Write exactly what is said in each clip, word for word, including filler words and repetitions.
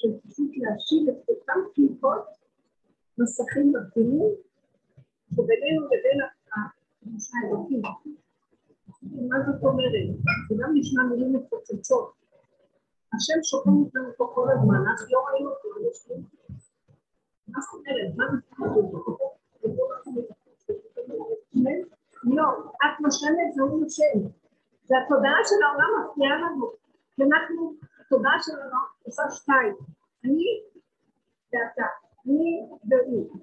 של פשוט להשיב את אותם קליפות, מסכים מבדילים, שבינינו לבין האלוקים. מה זאת אומרת? זה גם נשמע מילים מפוצצות. השם שוכן איתנו פה כל הזמן, אנחנו לא רואים אותו, לא שומעים. מה זאת אומרת? מה נשמע? לא, את נושמת והוא נושם. זה התודעה של העולם מפריעה לנו. ואנחנו, התודעה שלנו עושה שתיים. אני ואתה, אני והוא.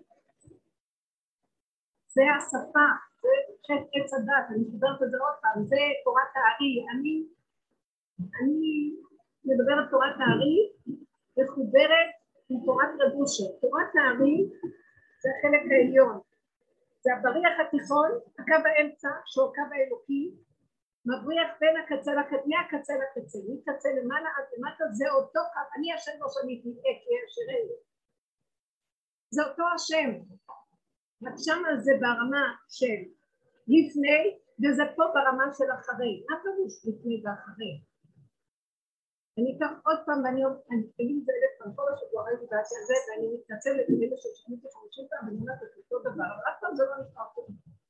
זה השפה, זה חטא עץ הדת, אני מדברת את זה עוד פעם, זה תורת הארי. אני, אני מדברת תורת הארי, מחוברת עם תורת רבושה. תורת הארי זה החלק העליון. זה הבריח התיכון, הקו האמצע, שהוא הקו האלוקי, מבריח בין הקצה לקצה, מהקצה לקצה, מקצה למעלה עד למטה, זה אותו קו, אני השם לא שאני תנאה, כי אשרי. זה אותו השם. רק שמה זה ברמה של לפני, וזה פה ברמה של אחרי. מה פירוש לפני ואחרי? אני אקח עוד פעם, ואני אגיד את זה אלף פעם, כל השבוע ראיתי בעצי הזה, ואני מתנצלת עם אלה ששמיתי חמישים פעם, ואני אומרת את אותו דבר, אבל אף פעם זה לא נשמע פה.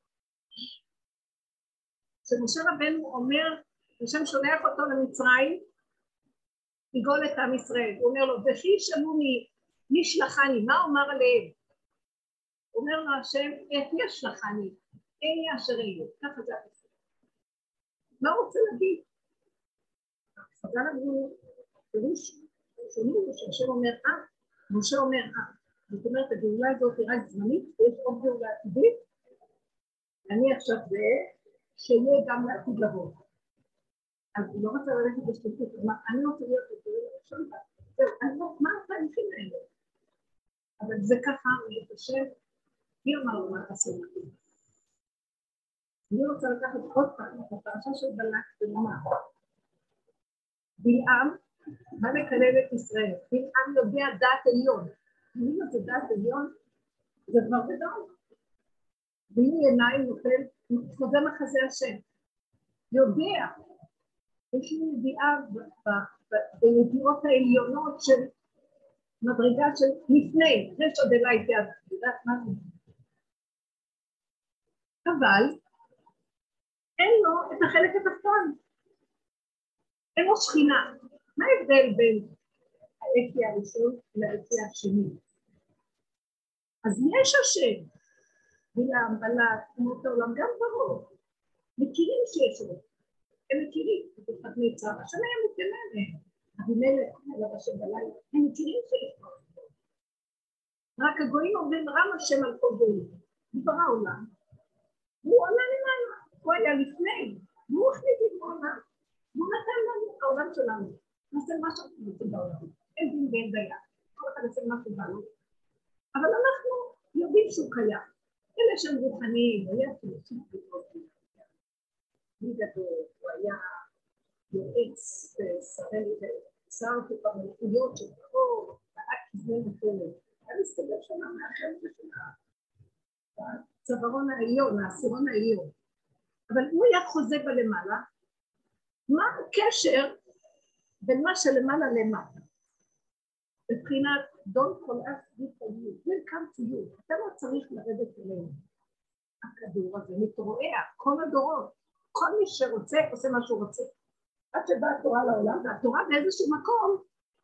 שמשה רבנו אומר, השם שולח אותו למצרים, לגאול את עם ישראל, הוא אומר לו, וכי שמוני, מי שלחני, מה אומר עליהם? הוא אומר לו השם, את מי השלחני? אין לי אשר יהיו, ככה זה הפסוק. מה הוא רוצה להגיד? אז אנחנו, פירוש, שומעים שהשם אומר אה, משה אומר אה. זאת אומרת, הגאולה הזאת היא רק זמנית, ויש עוד גאולה עתידית, אני עכשיו זה, שיהיה גם לעתיד לבוא. אז הוא לא רוצה ללכת בשתתות, כלומר, אני רוצה להיות בגאולה הראשון, זהו, אני לא, מה התהליכים האלה? אבל זה ככה, ואת השם, מי אמר לו מה תעשו לכם? אני רוצה לקחת עוד פעם, את הפרשה של בלק ולומר, בלעם, מה מקלל את ישראל? בלעם יודע דעת עליון. אני לא יודע דעת עליון, זה כבר גדול. ואם עיניים נופל, חוזה מחזה השם. יודע, יש לי ידיעה בידיעות העליונות של מדרגה של לפני, זה שעוד אליי תיאד, יודעת מה זה? אבל אין לו את החלק התחתון. אין לו שכינה. מה ההבדל בין האפי הראשון לאפי השני? אז יש השם, בלעם, בלק, תמות העולם, גם ברור. מכירים שיש לו. הם מכירים, את אחד מיצר, השם היה מתגלה עליהם. אבימלך, אלא השם בלילה, הם מכירים שיש לו. רק הגויים אומרים רם השם על כל גויים. הוא ברא עולם. הוא עולה למעלה. הוא היה לפני. והוא החליט לבעולם. והוא נתן לנו את העולם שלנו. נעשה מה שאנחנו רוצים בעולם. אין דין ואין דיין. כל אחד נעשה מה שבאנו. אבל אנחנו יודעים שהוא קיים. אלה שהם רוחניים, הוא היה פילוסוף גדול. מי גדול, הוא היה יועץ שראל ושרתי במלכויות של אור, דאק כזמן וכולי. היה מסתבר שמה מאחר ושנה. הצווארון העליון, העשירון העליון. אבל הוא היה חוזה בלמעלה, מה הקשר בין מה שלמעלה למטה? בבחינת don't call us with you, welcome to you, אתה לא צריך לרדת אלינו. הכדור הזה מתרועע, כל הדורות, כל מי שרוצה עושה מה שהוא רוצה. עד שבאה התורה לעולם, והתורה באיזשהו מקום,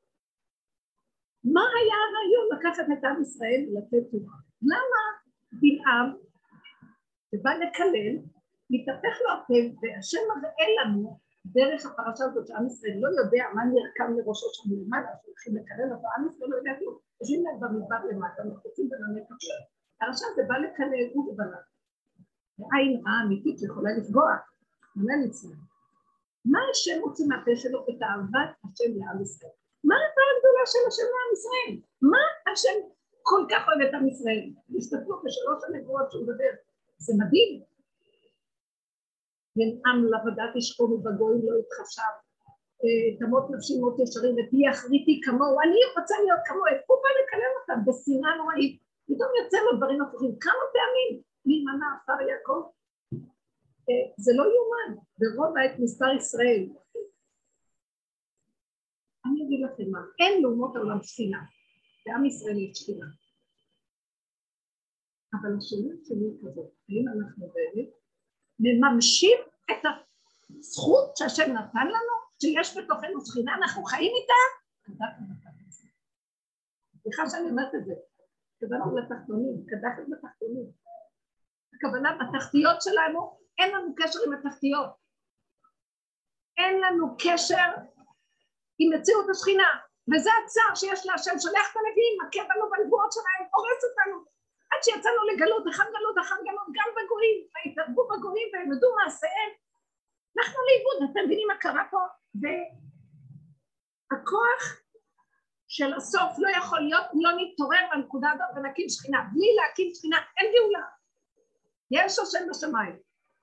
מה היה הרעיון לקחת את עם ישראל ולתת תורה? למה בלעם, שבא לקלל, מתהפך לו הפה, והשם מראה לנו, דרך הפרשה הזאת שעם ישראל לא יודע מה נרקם לראשו שם למעלה, שהולכים לקלל אותו, עם ישראל לא יודע כלום, יושבים להם במדבר למטה, מחוצים בנמק עכשיו. הרשע זה בא לקלל, הוא ובלק. ועין רעה אמיתית שיכולה לפגוע, מה נצלם? מה השם מוציא מהפה שלו את אהבת השם לעם ישראל? מה הפעם הגדולה של השם לעם ישראל? מה השם כל כך אוהב את עם ישראל? הסתכלו בשלוש הנבואות שהוא מדבר, זה מדהים. ינעם לבדת ישכונו בגויים לא יתחשב, תמות נפשי מות ישרים ותהי אחריתי כמוהו, אני רוצה להיות כמוהו, הוא בא לקלל אותם בשנאה נוראית, פתאום יוצא לו דברים הפוכים, כמה פעמים להימנע עפר יעקב, זה לא יומן, ברוב העת מספר ישראל, אני אגיד לכם מה, אין לאומות העולם שכינה, בעם ישראל יש שכינה. אבל השאלה שלי היא כזאת, האם אנחנו באמת מממשים את הזכות שהשם נתן לנו, שיש בתוכנו שכינה, אנחנו חיים איתה? סליחה שאני אומרת את זה, כדאנו לתחתונים, כדאנו בתחתונים. הכוונה בתחתיות שלנו, אין לנו קשר עם התחתיות. אין לנו קשר עם מציאות השכינה, וזה הצער שיש להשם, שולח את הנביאים, מכה בנו בנבואות שלהם, הורס אותנו. עד שיצאנו לגלות, אחד גלות, אחד גלות, גם בגויים, והתערבו בגויים והם ידעו מעשיהם. אנחנו לאיבוד, אתם מבינים מה קרה פה? והכוח של הסוף לא יכול להיות אם לא נתעורר בנקודה הזאת ונקים שכינה. בלי להקים שכינה אין גאולה. יש השם בשמיים.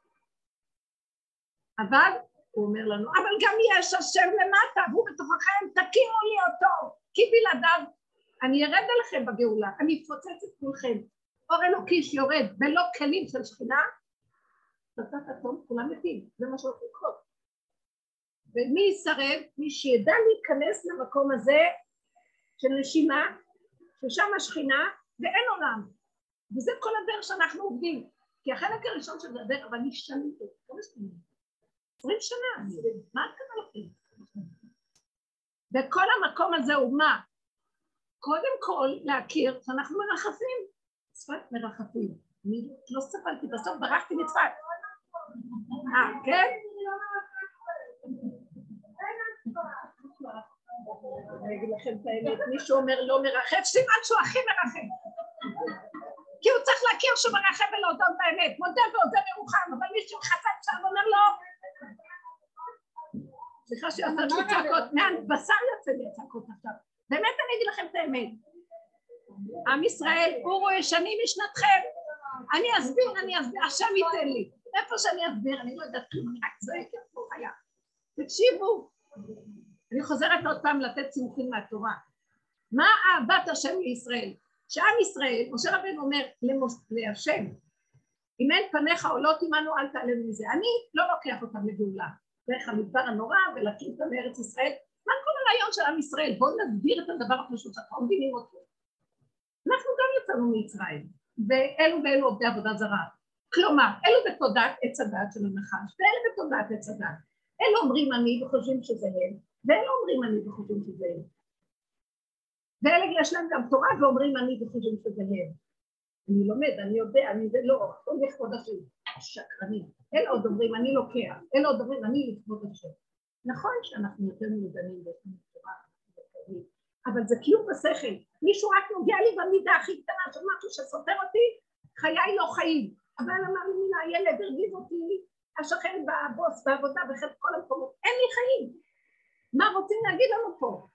אבל הוא אומר לנו, אבל גם יש השם למטה, והוא בתוככם, תקימו לי אותו, כי בלעדיו אני ארד עליכם בגאולה, אני אפוצץ את כולכם. אור אלוקי שיורד בלא כלים של שכינה, פצצת אטום, כולם מתים, זה מה שהולך לקרות. ומי ישרד? מי שידע להיכנס למקום הזה של נשימה, ששם השכינה ואין עולם. וזה כל הדרך שאנחנו עובדים. כי החלק הראשון של הדרך, אבל אני שנים, כמה שנים? עשרים שנה, מה את קרה לכם? וכל המקום הזה הוא מה? קודם כל להכיר שאנחנו מרחפים. צפת מרחפים. אני לא ספלתי, בסוף ברחתי מצפת. אה, כן? אני אגיד לכם את האמת, מישהו אומר לא מרחף, סימן שהוא הכי מרחף. כי הוא צריך להכיר שהוא מרחף ולהודות באמת, מודה ועודה מרוחם, אבל מישהו חצת שם ואומר לו, סליחה שיוצא לי צעקות, מהבשר יוצא לי צעקות עכשיו. באמת אני אגיד לכם את האמת. עם ישראל, אורו ישנים משנתכם. אני אסביר, אני אסביר, השם ייתן לי. איפה שאני אסביר, אני לא יודעת כלום, אני רק זועקת פה חיה. תקשיבו, אני חוזרת עוד פעם לתת צימוכים מהתורה. מה אהבת השם לישראל? שעם ישראל, משה רבנו אומר להשם, אם אין פניך עולות עמנו אל תעלם מזה. אני לא לוקח אותם לגאולה. דרך המדבר הנורא ולהקים אותם לארץ ישראל. מה כל הרעיון של עם ישראל? בואו נסביר את הדבר הפשוט, שאנחנו מבינים אותו. אנחנו גם יצאנו מישראל, ואלו ואלו עובדי עבודה זרה. כלומר, אלו בתודעת עץ הדת של הנחש, ואלו בתודעת עץ הדת. אלו אומרים אני וחושבים שזה הם, ואלו אומרים אני וחושבים שזה הם. ואלה יש להם גם תורה ואומרים אני וחושבים שזה הם. אני לומד, אני יודע, אני זה לא, כל לכבוד השם, שקרנים. אלה עוד אומרים אני לוקח, אלה עוד אומרים אני לכבוד השם. נכון שאנחנו יותר מודנים ויש תורה, אבל זה קיום בשכל. מישהו רק נוגע לי במידה הכי קטנה של משהו שסותר אותי, חיי לא חיים. אבל אמר לי מילה, ילד הרגיז אותי, השכן בבוס, בעבודה, בחד כל המקומות, אין לי חיים. מה רוצים להגיד לנו פה?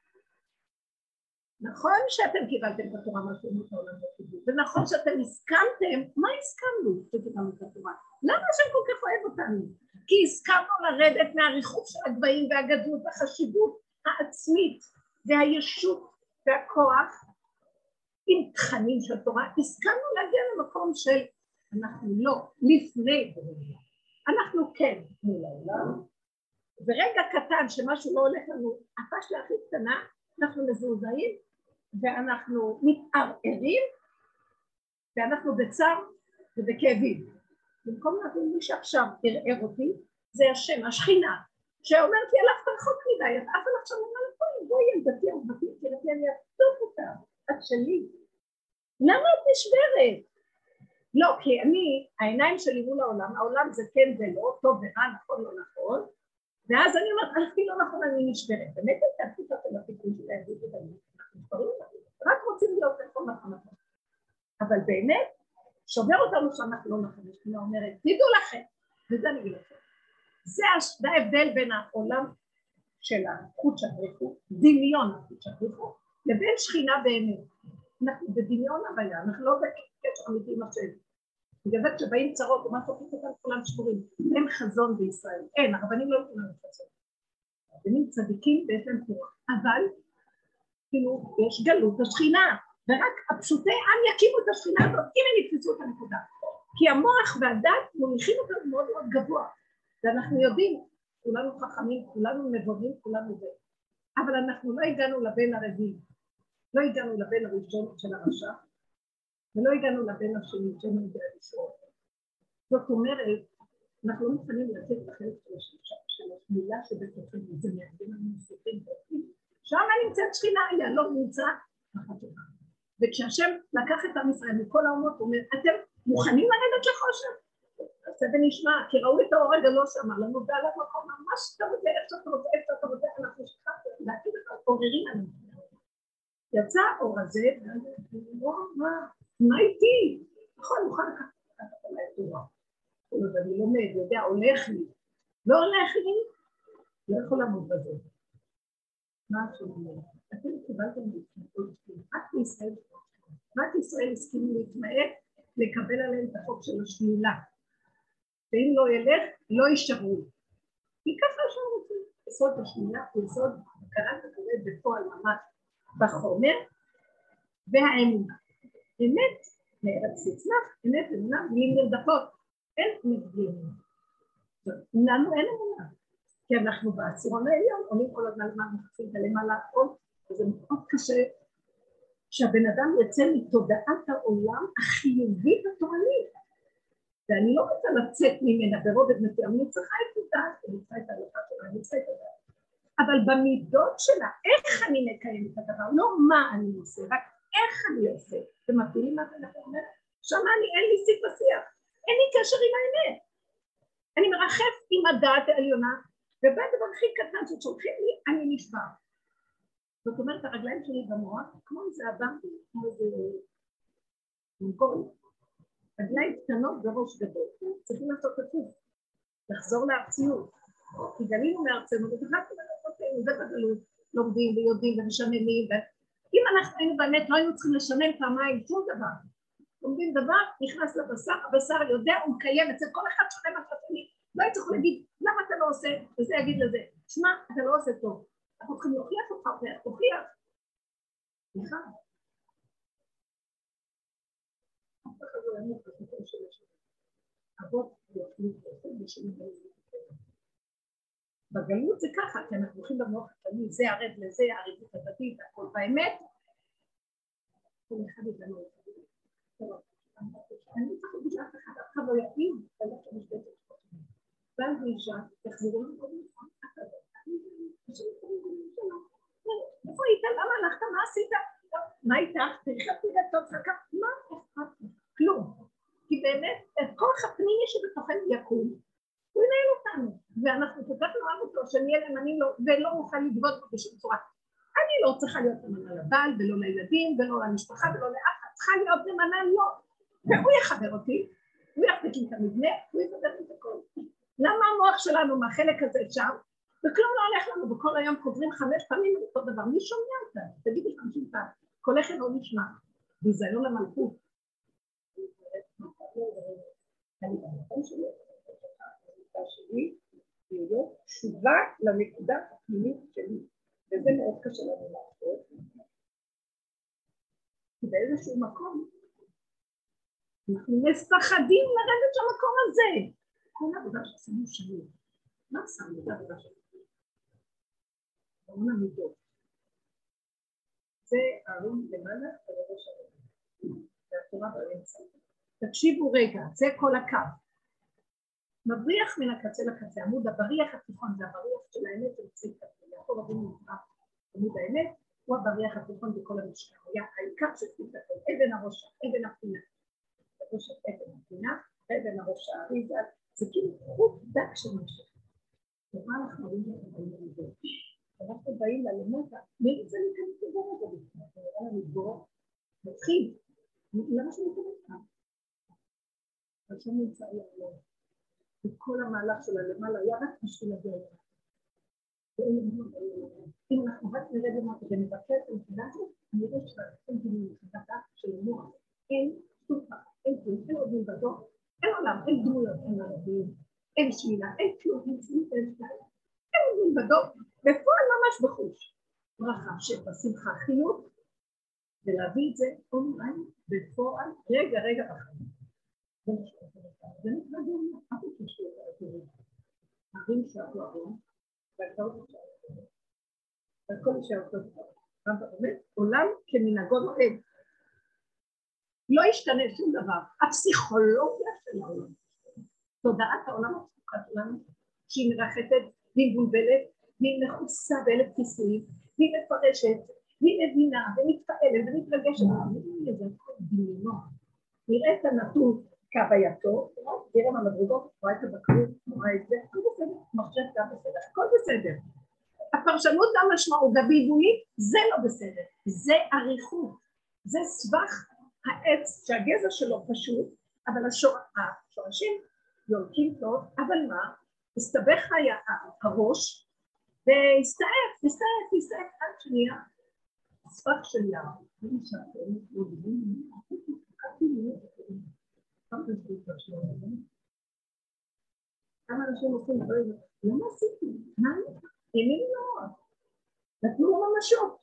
נכון שאתם קיבלתם את התורה מהשלמות העולם בקיבוץ, ונכון שאתם הסכמתם, מה הסכמנו שקיבלנו את התורה? למה השם כל כך אוהב אותנו? כי הסכמנו לרדת מהריחוף של הגבהים והגדלות והחשיבות העצמית והישות והכוח עם תכנים של תורה, הסכמנו להגיע למקום של אנחנו לא, לפני בריאה, אנחנו כן מול העולם, ורגע קטן שמשהו לא הולך לנו, הפשלה הכי קטנה, אנחנו מזועזעים ואנחנו מתערערים ואנחנו בצער ובכאבים. במקום להבין מי שעכשיו ערער אותי, זה השם, השכינה, שאומרת לי הלכת רחוק מדי, את אף על עכשיו אומר לפה, בואי ילדתי, אהובתי, תראי, אני אכתוב אותה, את שלי. למה את נשברת? לא, כי אני, העיניים שלי מול העולם, העולם זה כן ולא, טוב ורע, נכון לא נכון, ואז אני אומרת, הלכתי לא נכון, אני נשברת. באמת הייתה תפיסה של הפיתוי של היהדות ובאמת, אנחנו נשברים, רק רוצים להיות נכון נכון נכון. אבל באמת, שובר אותנו שאנחנו לא נכון, אני אומרת, תדעו לכם, וזה אני אגיד לכם. זה ההבדל בין העולם של החוט שבריחו, דמיון החוט שבריחו, לבין שכינה באמת. אנחנו בדמיון הבעיה, אנחנו לא בקשר אמיתי עם השם. בגלל זה כשבאים צרות ומה שופט אותם כולם שבורים, אין חזון בישראל, אין, הרבנים לא יכולים לחזון. הרבנים צדיקים ויש להם כוח, אבל כאילו יש גלות השכינה, ורק הפשוטי עם יקימו את השכינה הזאת, אם הם יתפסו את הנקודה. כי המוח והדת מוליכים אותנו מאוד מאוד גבוה, ואנחנו יודעים, כולנו חכמים, כולנו נבונים, כולנו זה. אבל אנחנו לא הגענו לבן הרביעי, לא הגענו לבן הראשון של הרשע, ולא הגענו לבן השני של מלכי ישראל. זאת אומרת, אנחנו לא מוכנים לתת את החלק של השמילה שבתוכנו, זה מארגן לנו מסתכלים באופים. שם נמצאת שכינה, אליה לא נמצא אחת שלך. וכשהשם לקח את עם ישראל מכל האומות, הוא אומר, אתם מוכנים לרדת לחושך? זה ונשמע, כי ראו את האור הגדול שאמר לנו, ועל המקום, מה שאתה רוצה, איך שאתה רוצה, איך שאתה רוצה, אנחנו שכחנו, להגיד לך, עוררים לנו. יצא האור הזה, מה, מה איתי? נכון, מוכן לקחת עליי תורה. אני לומד, יודע, הולך לי. לא הולך לי, לא יכול לעמוד בזה. מה שאני אומרת? אתם קיבלתם להתמאות, רק בישראל, רק ישראל הסכימו להתמעט, לקבל עליהם את החוק של השמילה. ואם לא ילך, לא יישארו. כי ככה שהם רוצים. יסוד השמילה, יסוד הכרת הקורא בפועל ממש בחומר, והאמונה. אמת, מארץ תצמח, אמת אמונה, מילים נרדפות. אין מבלים. לנו אין אמונה. כי אנחנו בעשירון העליון, עולים כל הזמן מה מחצים ולמעלה עוד, וזה מאוד קשה שהבן אדם יצא מתודעת העולם החיובית התורנית. ואני לא רוצה לצאת ממנה ברובד מסוים, אני צריכה את הדעת, אני צריכה את ההלכה שלה, אני צריכה את הדעת. אבל במידות שלה, איך אני מקיים את הדבר, לא מה אני עושה, רק איך אני עושה. אתם מבינים מה אתה אומר? שמה אני, אין לי שיג ושיח, אין לי קשר עם האמת. אני מרחף עם הדעת העליונה, ובדבר הכי קטן ששולחים לי, אני נשבר. זאת אומרת, הרגליים שלי במוח, כמו איזה אדם, כמו איזה מגול. רגליים קטנות וראש גדול, צריכים לעשות הפוך, לחזור לארציות, כי גלינו מארצנו, ודחקנו לארצנו, זה בגלות, לומדים ויודעים ומשננים, אם אנחנו היינו באמת, לא היינו צריכים לשנן פעמיים שום דבר, לומדים דבר, נכנס לבשר, הבשר יודע, הוא מקיים אצל כל אחד שונה מהשני, לא היינו צריכים להגיד, למה אתה לא עושה, וזה יגיד לזה, שמע, אתה לא עושה טוב, אנחנו צריכים להוכיח אותך, תוכיח, סליחה, אבות יוכלו לעשות בשביל בגלות זה ככה, כי אנחנו הולכים במוח הקטני, זה ערב לזה, הערבות הדתית, הכל באמת. כל אחד ידענו את זה. אני צריך להגיד לאף אחד, אף אחד לא יעיד, אבל לא שאני שדעת את זה. ואז נשאר, תחזירו לנו עוד נכון, אתה יודע, אני חושבת שלנו. איפה היית? למה הלכת? מה עשית? מה איתך? תראה, תראה, טוב, חכה, מה אכפת? כלום. כי באמת, את כוח הפנימי שבתוכנו יקום, הוא ינהל אותנו, ואנחנו כל כך נאהב אותו, שנהיה נאמנים לו, ולא נוכל לגבות בו בשום צורה. אני לא צריכה להיות נאמנה לבעל, ולא לילדים, ולא למשפחה, ולא לאף אחד, צריכה להיות נאמנה לו, והוא יחבר אותי, הוא יחזיק לי את המבנה, הוא יסדר לי את הכל. למה המוח שלנו מהחלק הזה שם, וכלום לא הולך לנו, וכל היום חוזרים חמש פעמים על אותו דבר, מי שומע אותה? תגידי חמישים פעם, קולך אינו נשמע, ביזיון למלכות. אני במקום שלי, במקום שלי, להיות תשובה לנקודה הפנימית שלי, וזה מאוד קשה לנו לעשות, כי באיזשהו מקום, אנחנו מפחדים לרדת למקום הזה. כל העבודה שעשינו שלי, מה עשינו? זה העבודה שלי. בעון המידות. זה הערום למעלה ולראש הרב. זה התורה באמצע. תקשיבו רגע, זה כל הקו. מבריח מן הקצה לקצה, עמוד הבריח התיכון, זה הבריח של האמת ומצריך כזה, יעקב אבינו נקרא עמוד האמת, הוא הבריח התיכון בכל המשכן, היה העיקר שצריך כזה, אבן הראש, אבן הפינה, הראש אבן הפינה, אבן הראש האריזה, זה כאילו חוט דק של משך. ומה אנחנו רואים את זה? אנחנו באים ללמטה, מי רוצה להיכנס לדבר הזה בפני? זה נראה לנו בור, מתחיל, למה שניכנס כאן? אבל שם נמצא יעלו. וכל המהלך שלה למעלה היה רק בשביל הדרך. אם אנחנו רק נרד למטה ונבקר את הנקודה הזאת, אני יודע שאין דימוי חזקה של המוח. אין סופה, אין דימוי, אין עוד מלבדו, אין עולם, אין דמויות, אין ערבים, אין שמילה, אין כלום, אין צמיד, אין שמילה, אין עוד מלבדו, בפועל ממש בחוש. ברכה, שפע, שמחה, חיות, ולהביא את זה אונליין בפועל, רגע, רגע בחיים. זה נקרא דומה, אף אחד שיש לו את זה. הרים שעבו הרים, והגדרות שעבו הרים. הכל יישאר אותו דבר. עולם כמנהגו נוהג. לא ישתנה שום דבר. הפסיכולוגיה של העולם. תודעת העולם הפסוקה שלנו, שהיא מרחפת, והיא מבולבלת, והיא מכוסה באלף כיסויים, והיא מפרשת, והיא מבינה, ומתפעלת, ומתרגשת. נראה איזה הכל דמיונות. נראה את הנתון כהווייתו, תראה מה מדרגות, רואה את הבקרות, רואה את זה, הכל בסדר, מחשב גם בסדר, הכל בסדר. הפרשנות המשמעות הבלבולית זה לא בסדר, זה עריכות, זה סבך העץ שהגזע שלו פשוט, אבל השורשים יורקים טוב, אבל מה? הסתבך הראש והסתעף, הסתעף, הסתעף עד שנייה סבך של יער. כמה אנשים עושים דברים, למה עשיתי? מה אני? אינני מאוד. נתנו לו ממשות.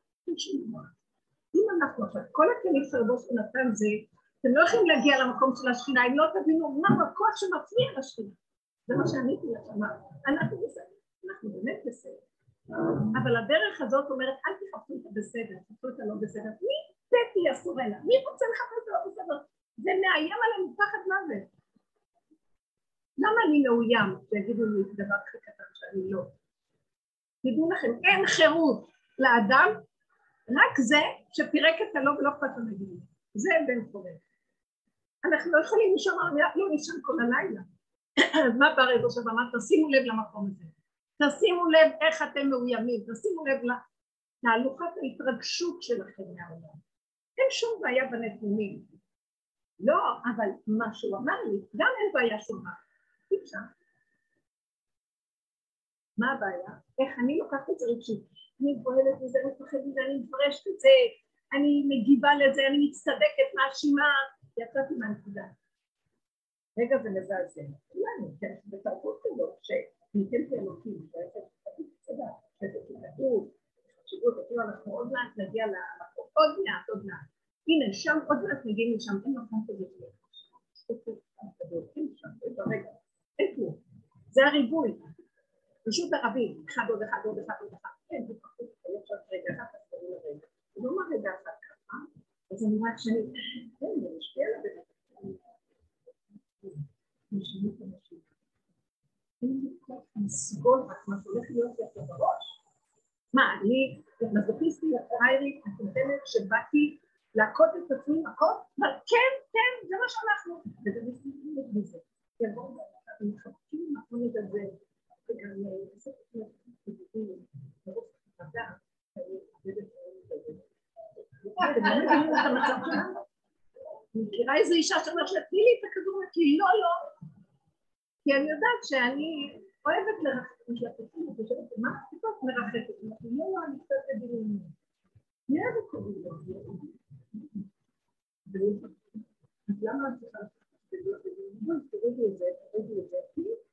אם אנחנו עכשיו, כל הכלים של רבו שנתן זה, אתם לא יכולים להגיע למקום של השכינה, אם לא תבינו מה הכוח שמפריע לשכינה. זה מה שעניתי לשמה. אנחנו בסדר, אנחנו באמת בסדר. אבל הדרך הזאת אומרת, אל תחפשו את הבסדר, תחפשו את הלא בסדר. מי פתי הסורלה? מי רוצה לחפש את הלא בסדר? זה מאיים עליהם פחד מוות. למה אני מאוים? שיגידו לי דבר הכי קטן שאני לא. תדעו לכם, אין חירות לאדם, רק זה שפירק את הלא ולא אכפת לו מגיעים. זה בן חורף. אנחנו לא יכולים לישון, לא לישון כל הלילה. אז מה ברב עכשיו אמר? תשימו לב למקום הזה. תשימו לב איך אתם מאוימים, תשימו לב לתהלוכת ההתרגשות שלכם מהעולם. אין שום בעיה בנתונים. לא, אבל מה שהוא אמר לי, גם אין בעיה שמה. אפשר. מה הבעיה? איך אני לוקחת את זה רגשית? אני פועלת לזה, מפחדת לזה, אני מפרשת את זה, אני מגיבה לזה, אני מצטדקת, מאשימה, יצאתי מהנקודה. רגע זה מזעזע. אולי כן, בתרבות כזאת, שניתן כאלוקים, שאתה תצטדה, שאתה תתקדו, שתראו, תראו, אנחנו עוד מעט נגיע למקום, עוד מעט, עוד מעט. הנה, שם, עוד מעט נגיעים לשם, אין מקום כזה שלך. אין שם, רגע, אין כלום. זה הריבוי. פשוט הרבים, אחד עוד אחד עוד אחד עוד אחד. כן, זה פחות, אני חושבת רגע אחד, אז אני לרגע. הוא לא אומר רגע אחד ככה, אז אני רק שאני, כן, זה משפיע לה באמת. משנות אנשים. אין לי כל מסגול רק מה שהולך להיות לי בראש. מה, אני, מזוכיסטי, פריירית, הקונטנט שבאתי להכות את עצמי מכות, אבל כן, כן, זה מה שאנחנו. וזה מסתכלת בזה. יבואו בזה, הם מחבקים מהפון את הזה. וגם בסוף את הסיבובים, ברוב חדה, אני עובדת מאוד את זה. אתם לא מבינים את המצב שלנו? אני מכירה איזו אישה שאומרת שתני לי את הכדור, כי לא, לא. כי אני יודעת שאני אוהבת לרחת, משלפתים, את חושבת, מה? פתאום מרחקת, אני לא, לא, אני קצת בדיונים. אני אוהבת כדור. אז למה אני צריכה לעשות את זה? תראי את זה, תראי את זה,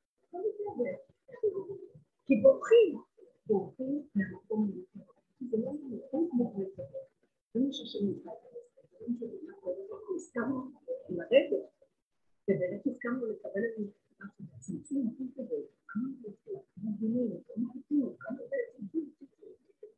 כי בורחים, בורחים מהמקום הזה. זה לא נכון כמו זה. זה משהו שנמצא את זה. זה משהו שנמצא את זה. אנחנו הסכמנו לרדת, ובאמת הסכמנו לקבל את זה. אנחנו צמצום, אנחנו כזה, כמה זה זה, כמה דינים, כמה חיתור, כמה זה צמצום, צמצום.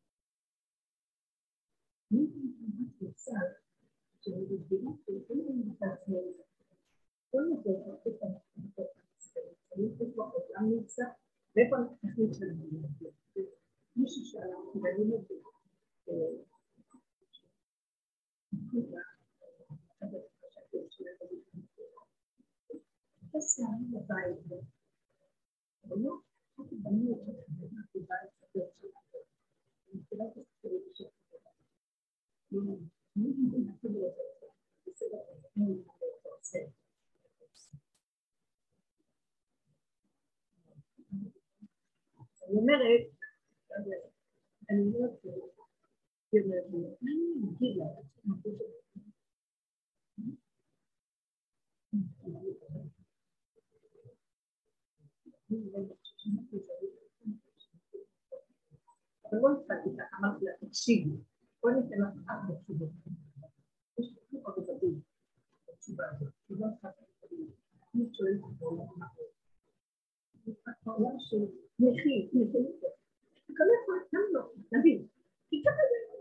מי זה ממש יצא, שאני בגבינה, שאני לא מנסה לזה. כל זה זה הרבה פעמים, אני חושבת עוד גם נמצא, ואיפה אנחנו שלנו? מישהו שאלה, ואני מבין, עושה בבית, אבל לא, אני בנו את זה, אני בבית סדר שלנו, אני מכירה את הספרים של זה. אני מבינה את זה, בסדר, אני מבינה את זה. אני אומרת, אני אומרת, אני אומרת, אני אגיד לה, אני אגיד לה, אבל לא נתתי לך, אמרתי לה, תקשיבי, בואי ניתן לך אף בתשובות. יש לי עוד בדין, בתשובה הזאת, היא לא נתתי לך בדין. אני שואלת בעולם אחר. בעולם של מחי, מחי, תקבל פה, גם לא, נביא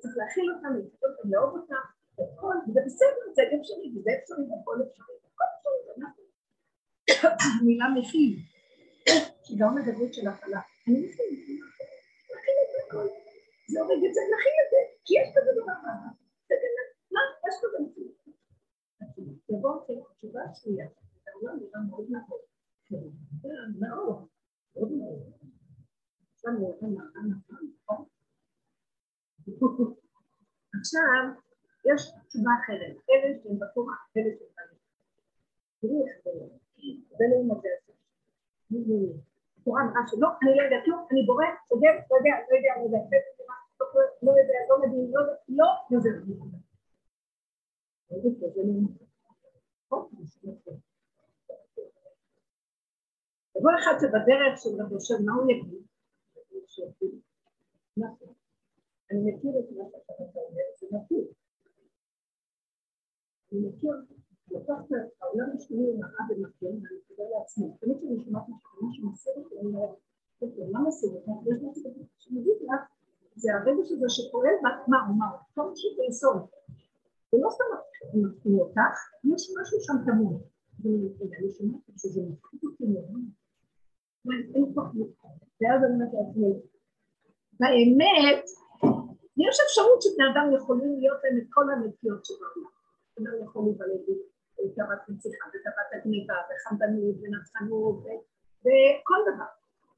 צריך להכיל אותם, לאהוב אותם, וכל, זה בסדר, זה אפשרי, וזה אפשרי, והכל אפשרי, הכל אפשרי, זה נכון. מילה מכיל, שגם הגדרות של הפעלה, אני מכיל, מכיל את הכל, זה הורג את זה, מכיל את זה, כי יש כזה דבר מה, זה באמת, מה, יש כזה מכיל. יבוא התשובה השנייה, העולם נראה מאוד נאור, נאור, מאוד נאור. עכשיו נראה נראה נכון, נכון? עכשיו, יש תשובה אחרת, אלה שהם בתורה, אלה שהם בנים. תראו איך זה לא, זה לא מודה את זה. התורה אמרה שלא, אני לא יודעת, לא, אני בורא, סוגר, לא יודע, לא יודע, לא יודע, לא יודע, לא מבין, לא יודע, לא, וזה לא יודע. זה לא מודה. דבר אחד שבדרך של רב אושר, מה הוא יגיד? נכון. אני מכיר את מה שאתה אומר, זה נכון. אני מכיר, לקחת העולם השני מראה במקום, ואני חוזר לעצמי. תמיד שאני שומעת משהו מסורת, אני אומרת, מה מסורת? יש משהו שמגיד לך, זה הרגע שזה שפועל, מה הוא מה? כל משהו ביסוד. ולא סתם מפתיע אותך, יש משהו שם תמוד. ואני שומעת שזה מפחיד אותי מאוד. אין פחות. ואז אני אומרת לעצמי, באמת, יש אפשרות שבני אדם יכולים להיות להם את כל הנטיות שבעולם. אדם יכול להיוולד בתאוות נציחה, בתאוות הגניבה, בחמדנות, בנצחנות, וכל דבר.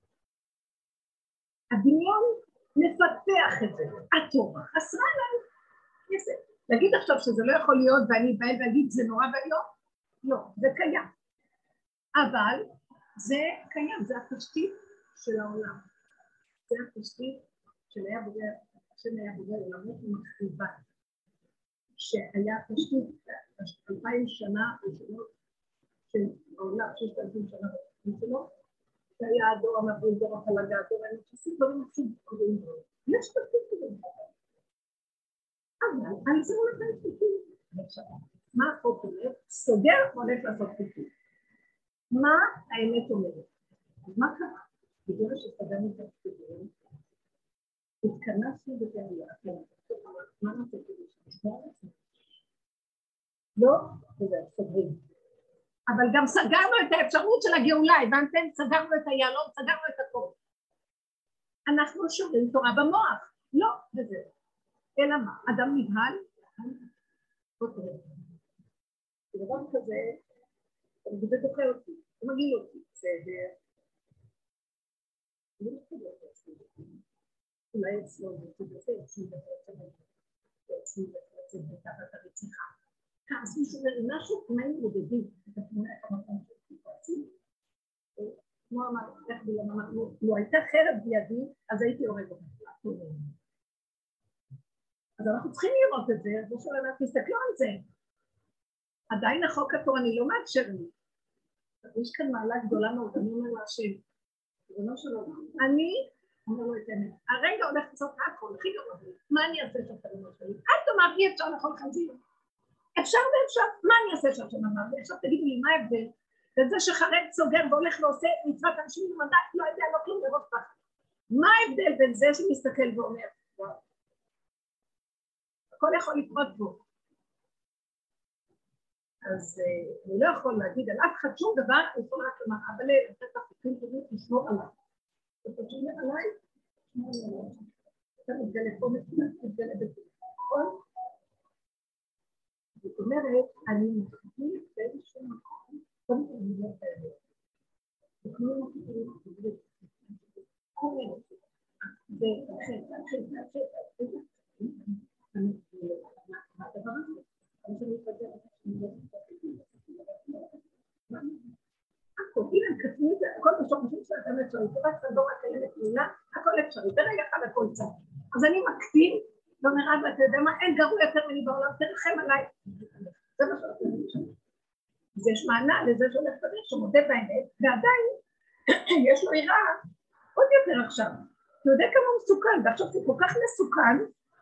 הדמיון מפתח את זה. התורה חסרה לנו. כסף. להגיד עכשיו שזה לא יכול להיות, ואני באה להגיד זה נורא ואיום? לא, זה קיים. אבל זה קיים, זה התשתית של העולם. זה התשתית של היה בוגר, השם היה בוגר עולמות ומחריבה. שהיה תשתית אלפיים שנה ראשונות של העולם, ששת אלפים שנה ראשונות שלו, שהיה הדור המבריד, דור הפלגה, דור האמת, שעשו דברים עושים קוראים דברים. יש תשתית כזה. אבל על זה הולך להתפתים. מה החוק אומר? סוגר הולך לעשות תפתים. מה האמת אומרת? אז מה קרה? בגלל שסגרנו את התפתים, התכנסנו בגלל מה נעשה כדי שנשמור על עצמנו? לא, וזה סוגרים. אבל גם סגרנו את האפשרות של הגאולה, הבנתם? סגרנו את היעלום, סגרנו את הכל. אנחנו שומרים תורה במוח. לא, וזה. אלא מה? אדם נבהל? דבר כזה, זה דוחה אותי, זה מגיל אותי, בסדר. אולי אצלו זה בזה, אצלי בזה, אצלי בזה, בתחת הרציחה. אז מישהו אומר, משהו כמו הם מודדים את התמונה, את המקום של סיטואציה. כמו אמר, איך ביום אמרנו, לא הייתה חרב בידי, אז הייתי הורג אותה. אז אנחנו צריכים לראות את זה, אז בשביל אנחנו תסתכלו על זה. עדיין החוק התורני לא מאפשר לי. יש כאן מעלה גדולה מאוד, אני אומר לה השם, זה לא שלא, אני אומר לו את האמת, הרגע הולך לעשות הכל, הכי גרוע, מה אני אעשה שאתה לא שלי? את אומרת לי אפשר לאכול חזיר. אפשר ואפשר, מה אני אעשה שאתה אמר לי? עכשיו תגידי לי, מה ההבדל? וזה שחרד סוגר והולך ועושה מצוות אנשים למדע, לא יודע, לא כלום לראות פחד. מה ההבדל בין זה שמסתכל ואומר, וואו, הכל יכול לקרות בו. אז אני לא יכול להגיד על אף אחד שום דבר, אני יכול רק לומר, אבל לתת החוקים כזאת לשמור עליו. אתה שומע עליי? שמור עליו. אתה מתגלה פה מתגלה בזה. נכון? זאת אומרת, אני מתחיל באיזשהו מקום, קודם כל אני לא חייבת. וכמו מתחילים להתגלה. קוראים אותי. זה אחרי, אחרי, אחרי, אחרי. מה הדבר הזה? אני שאני מתגלה. הכל, אם הם כתבו את זה, הכל בשוק משום שאתה אפשרי, זה רק סנדור הקיימת מילה, הכל אפשרי, ברגע אחד הכל צד. אז אני מקטין, לא נראה, ואתה יודע מה, אין גרוע יותר ממני בעולם, תרחם עליי. זה מה שאתה אומר שם. אז יש מענה לזה שהולך לדרך, שמודה באמת, ועדיין יש לו עירה עוד יותר עכשיו. אתה יודע כמה הוא מסוכן, ועכשיו זה כל כך מסוכן,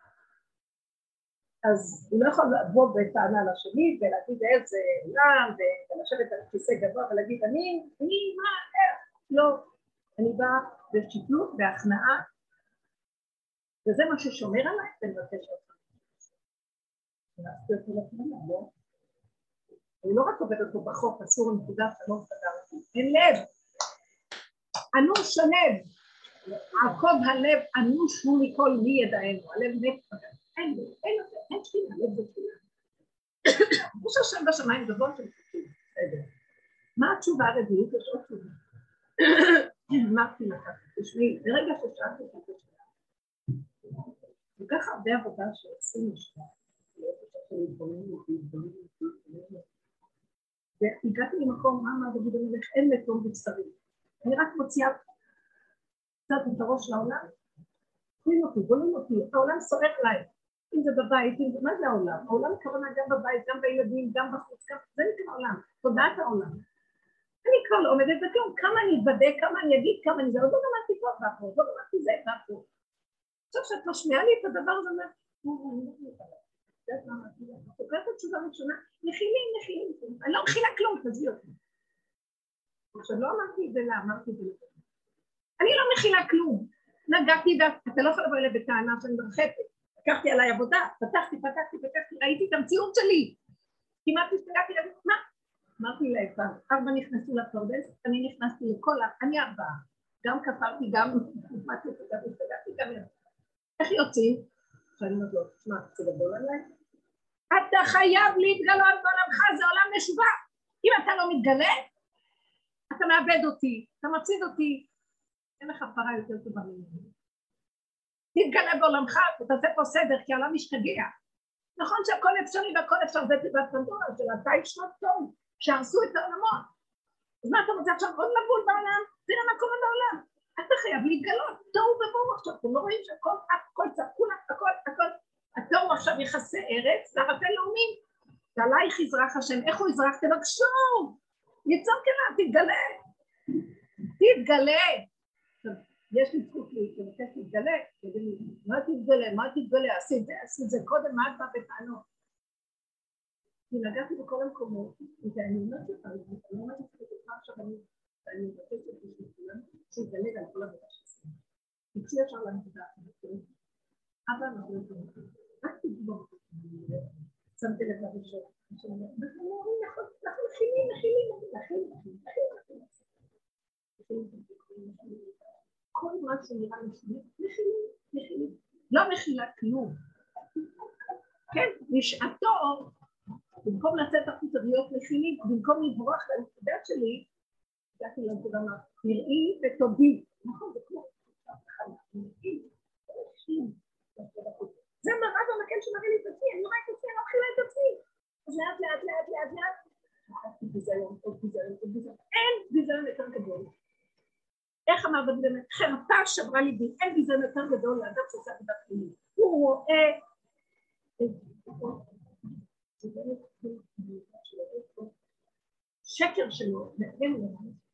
אז הוא לא יכול לבוא בטענה לשני ולהגיד איזה עולם ולשבת על כיסא גבוה ולהגיד אני, אני, מה, איך? לא. אני באה בשיתוף, בהכנעה, וזה מה ששומר עליי, ואני מבקש אותך. אני לא רק עובדת פה בחוק, אסור נקודה שלא סגרתי. אין לב. אנוש הלב. עקוב הלב, אנוש הוא מכל מי ידענו. הלב נפגע. אין לב, אין לב, אין תפילה, לב זה תפילה. יש השם בשמיים גבוה של תפילה. בסדר. מה התשובה הרביעית? יש עוד תשובה. אמרתי לך, תשמעי, ברגע ששאלתי את השאלה, וככה הרבה עבודה שעושים משפט, והגעתי למקום, מה אמר דוד המלך, אין מתום בצרי. אני רק מוציאה קצת את הראש לעולם, בולים אותי, בולים אותי, העולם שורף להם. אם זה בבית, אם זה, מה זה העולם? העולם כוונה גם בבית, גם בילדים, גם בחוץ, גם, זה נקרא העולם, תודעת העולם. אני כבר לא עומדת בכלום, כמה אני אתבדק, כמה אני אגיד, כמה אני זה, עוד לא למדתי פה ואפו, עוד לא למדתי זה ואפו. עכשיו שאת משמיעה לי את הדבר הזה, אני חוקרת את תשובה ראשונה, מכילים, מכילים, אני לא מכילה כלום, תזי אותי. עכשיו לא אמרתי את זה לה, אמרתי את זה לזה. אני לא מכילה כלום, נגעתי ואתה לא יכול לבוא אליי בטענה שאני מרחפת, לקחתי עליי עבודה, פתחתי, פתחתי, פתחתי, ראיתי את המציאות שלי, כמעט הסתגעתי לזה, מה? אמרתי לה פעם, ארבע נכנסו לפרדס, אני נכנסתי לכל, אני ארבעה, גם כפרתי, גם נפמדתי את זה, הסתגעתי גם ידע. איך יוצאים? שאני אומרת לו, תשמע, זה גדול עליי? אתה חייב להתגלות בעולמך, זה עולם משוגע. אם אתה לא מתגלה, אתה מאבד אותי, אתה מפסיד אותי, אין לך פרה יותר טובה ממני. תתגלה בעולמך, ותעשה פה סדר, כי העולם משתגע. נכון שהכל אפשרי והכל אפשר, זה תיבת פנדורה של אלפיים שנות תום, שהרסו את העולמות. אז מה אתה רוצה עכשיו עוד לבול בעולם? תראה מה קורה בעולם. אתה חייב להתגלות, תוהו ובוהו עכשיו, אתם לא רואים שהכל, הכל צפקו לך, הכל, הכל, התוהו עכשיו יחסי ארץ, לערפי לאומים, ועלייך יזרח השם, איך הוא יזרח? תבקשו, יצוק אליו, תתגלה, תתגלה. יש לי זכות לבקש להתגלה, מה תתגלה, מה תתגלה, עשי את זה, עשי את זה קודם, מה את באה בטענות? כי נגעתי בכל המקומות, ואני אומרת לך, אני אומרת לך, עכשיו אני מבקשת בשביל כולם, שיתגלה על כל עבודה שעשינו. תצאי ישר לנקודה, אבל אנחנו לא יכולים, רק תגבור, שמתי לב לראשון, אנחנו אומרים, אנחנו מכילים, מכילים, מכילים, מכילים, מכילים, כל מה שנראה מכילים, מכילים, מכילים, לא מכילה כלום. כן, נשעתו, במקום לצאת החוצה להיות מכילים, במקום לברוח לנקודה שלי, הגעתי לנקודה מה, נראי ותודי. נכון, זה כמו, נראי, זה מראה במקל שמראה לי את עצמי, אני רואה את עצמי, אני לא מכילה את עצמי. אז לאט, לאט, לאט, לאט, לאט, שכחתי ביזיון, עוד ביזיון, עוד ביזיון, אין ביזיון יותר גדול. איך אמר דוד המלך, חרפה שברה ליבי, אין ביזיון יותר גדול לאדם שעושה עבודת פנימית. הוא רואה שקר שלו, ואין לו.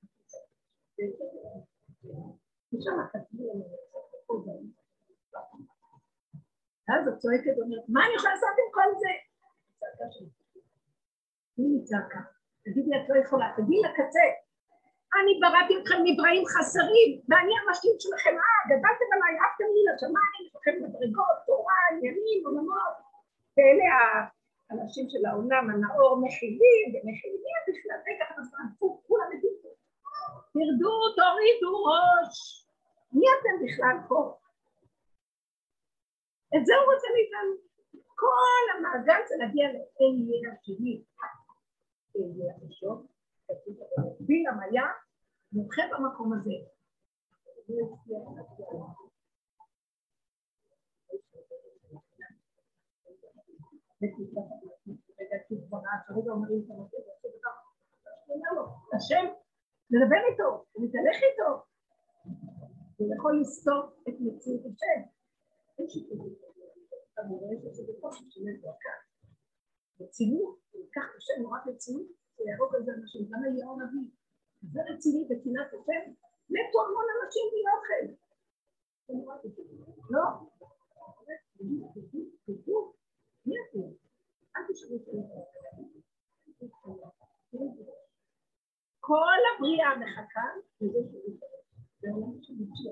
משם הכתבי לנו, אז את צועקת ואומרת, מה אני יכולה לעשות עם כל זה? צעקה שלי. מי צעקה? תגידי, את לא יכולה, תגידי לקצה. אני בראתי אתכם נבראים חסרים, ואני המשלים שלכם, אה, גדלתם עליי, אהבתם לי לשמיים, יש לכם מדרגות, תורה, עניינים, עולמות, ואלה האנשים של העולם הנאור מכילים, ומכילים בכלל, וכך נפרנפו, כולם מדידו. תרדו, תורידו ראש. מי אתם בכלל פה? את זה הוא רוצה מאיתנו. כל המעגל זה להגיע לאין ידע שני. אין ידע ראשון, בילם היה מומחה במקום הזה. השם, נדבר איתו, נתהלך איתו. הוא יכול לסתור את מציאות השם. אין שיתוף. אני רואה שזה בקושי שלי דרכה. רצינות, לקח את השם נורא רצינות, ויהרוג על זה אנשים, גם אליהו נביא. זה רציני בקנאת השם, מתו המון אנשים בלי אוכל. לא? מי אתם? אל תשאלו את כל הבריאה מחכה לזה שהוא זה עולם שמציע.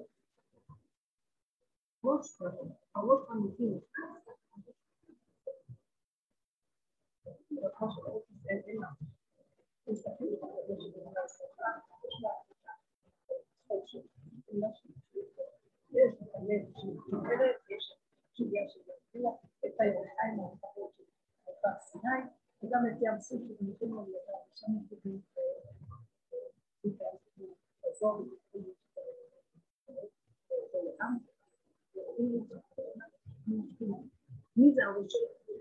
ראש כבר, הראש המציע. השכחה של ארץ ישראל אין לה. תסתכלו על זה שבגלל השכחה, יש לה חוק של תפילה של תפילה. יש את הלב של תפארת, יש שוגיה של תפילה, את הירחיים המחרות של תפארת סיני, וגם את ים סוף של נתון על ידע, שם נתונים וחזור ולעם. מי זה הראשון?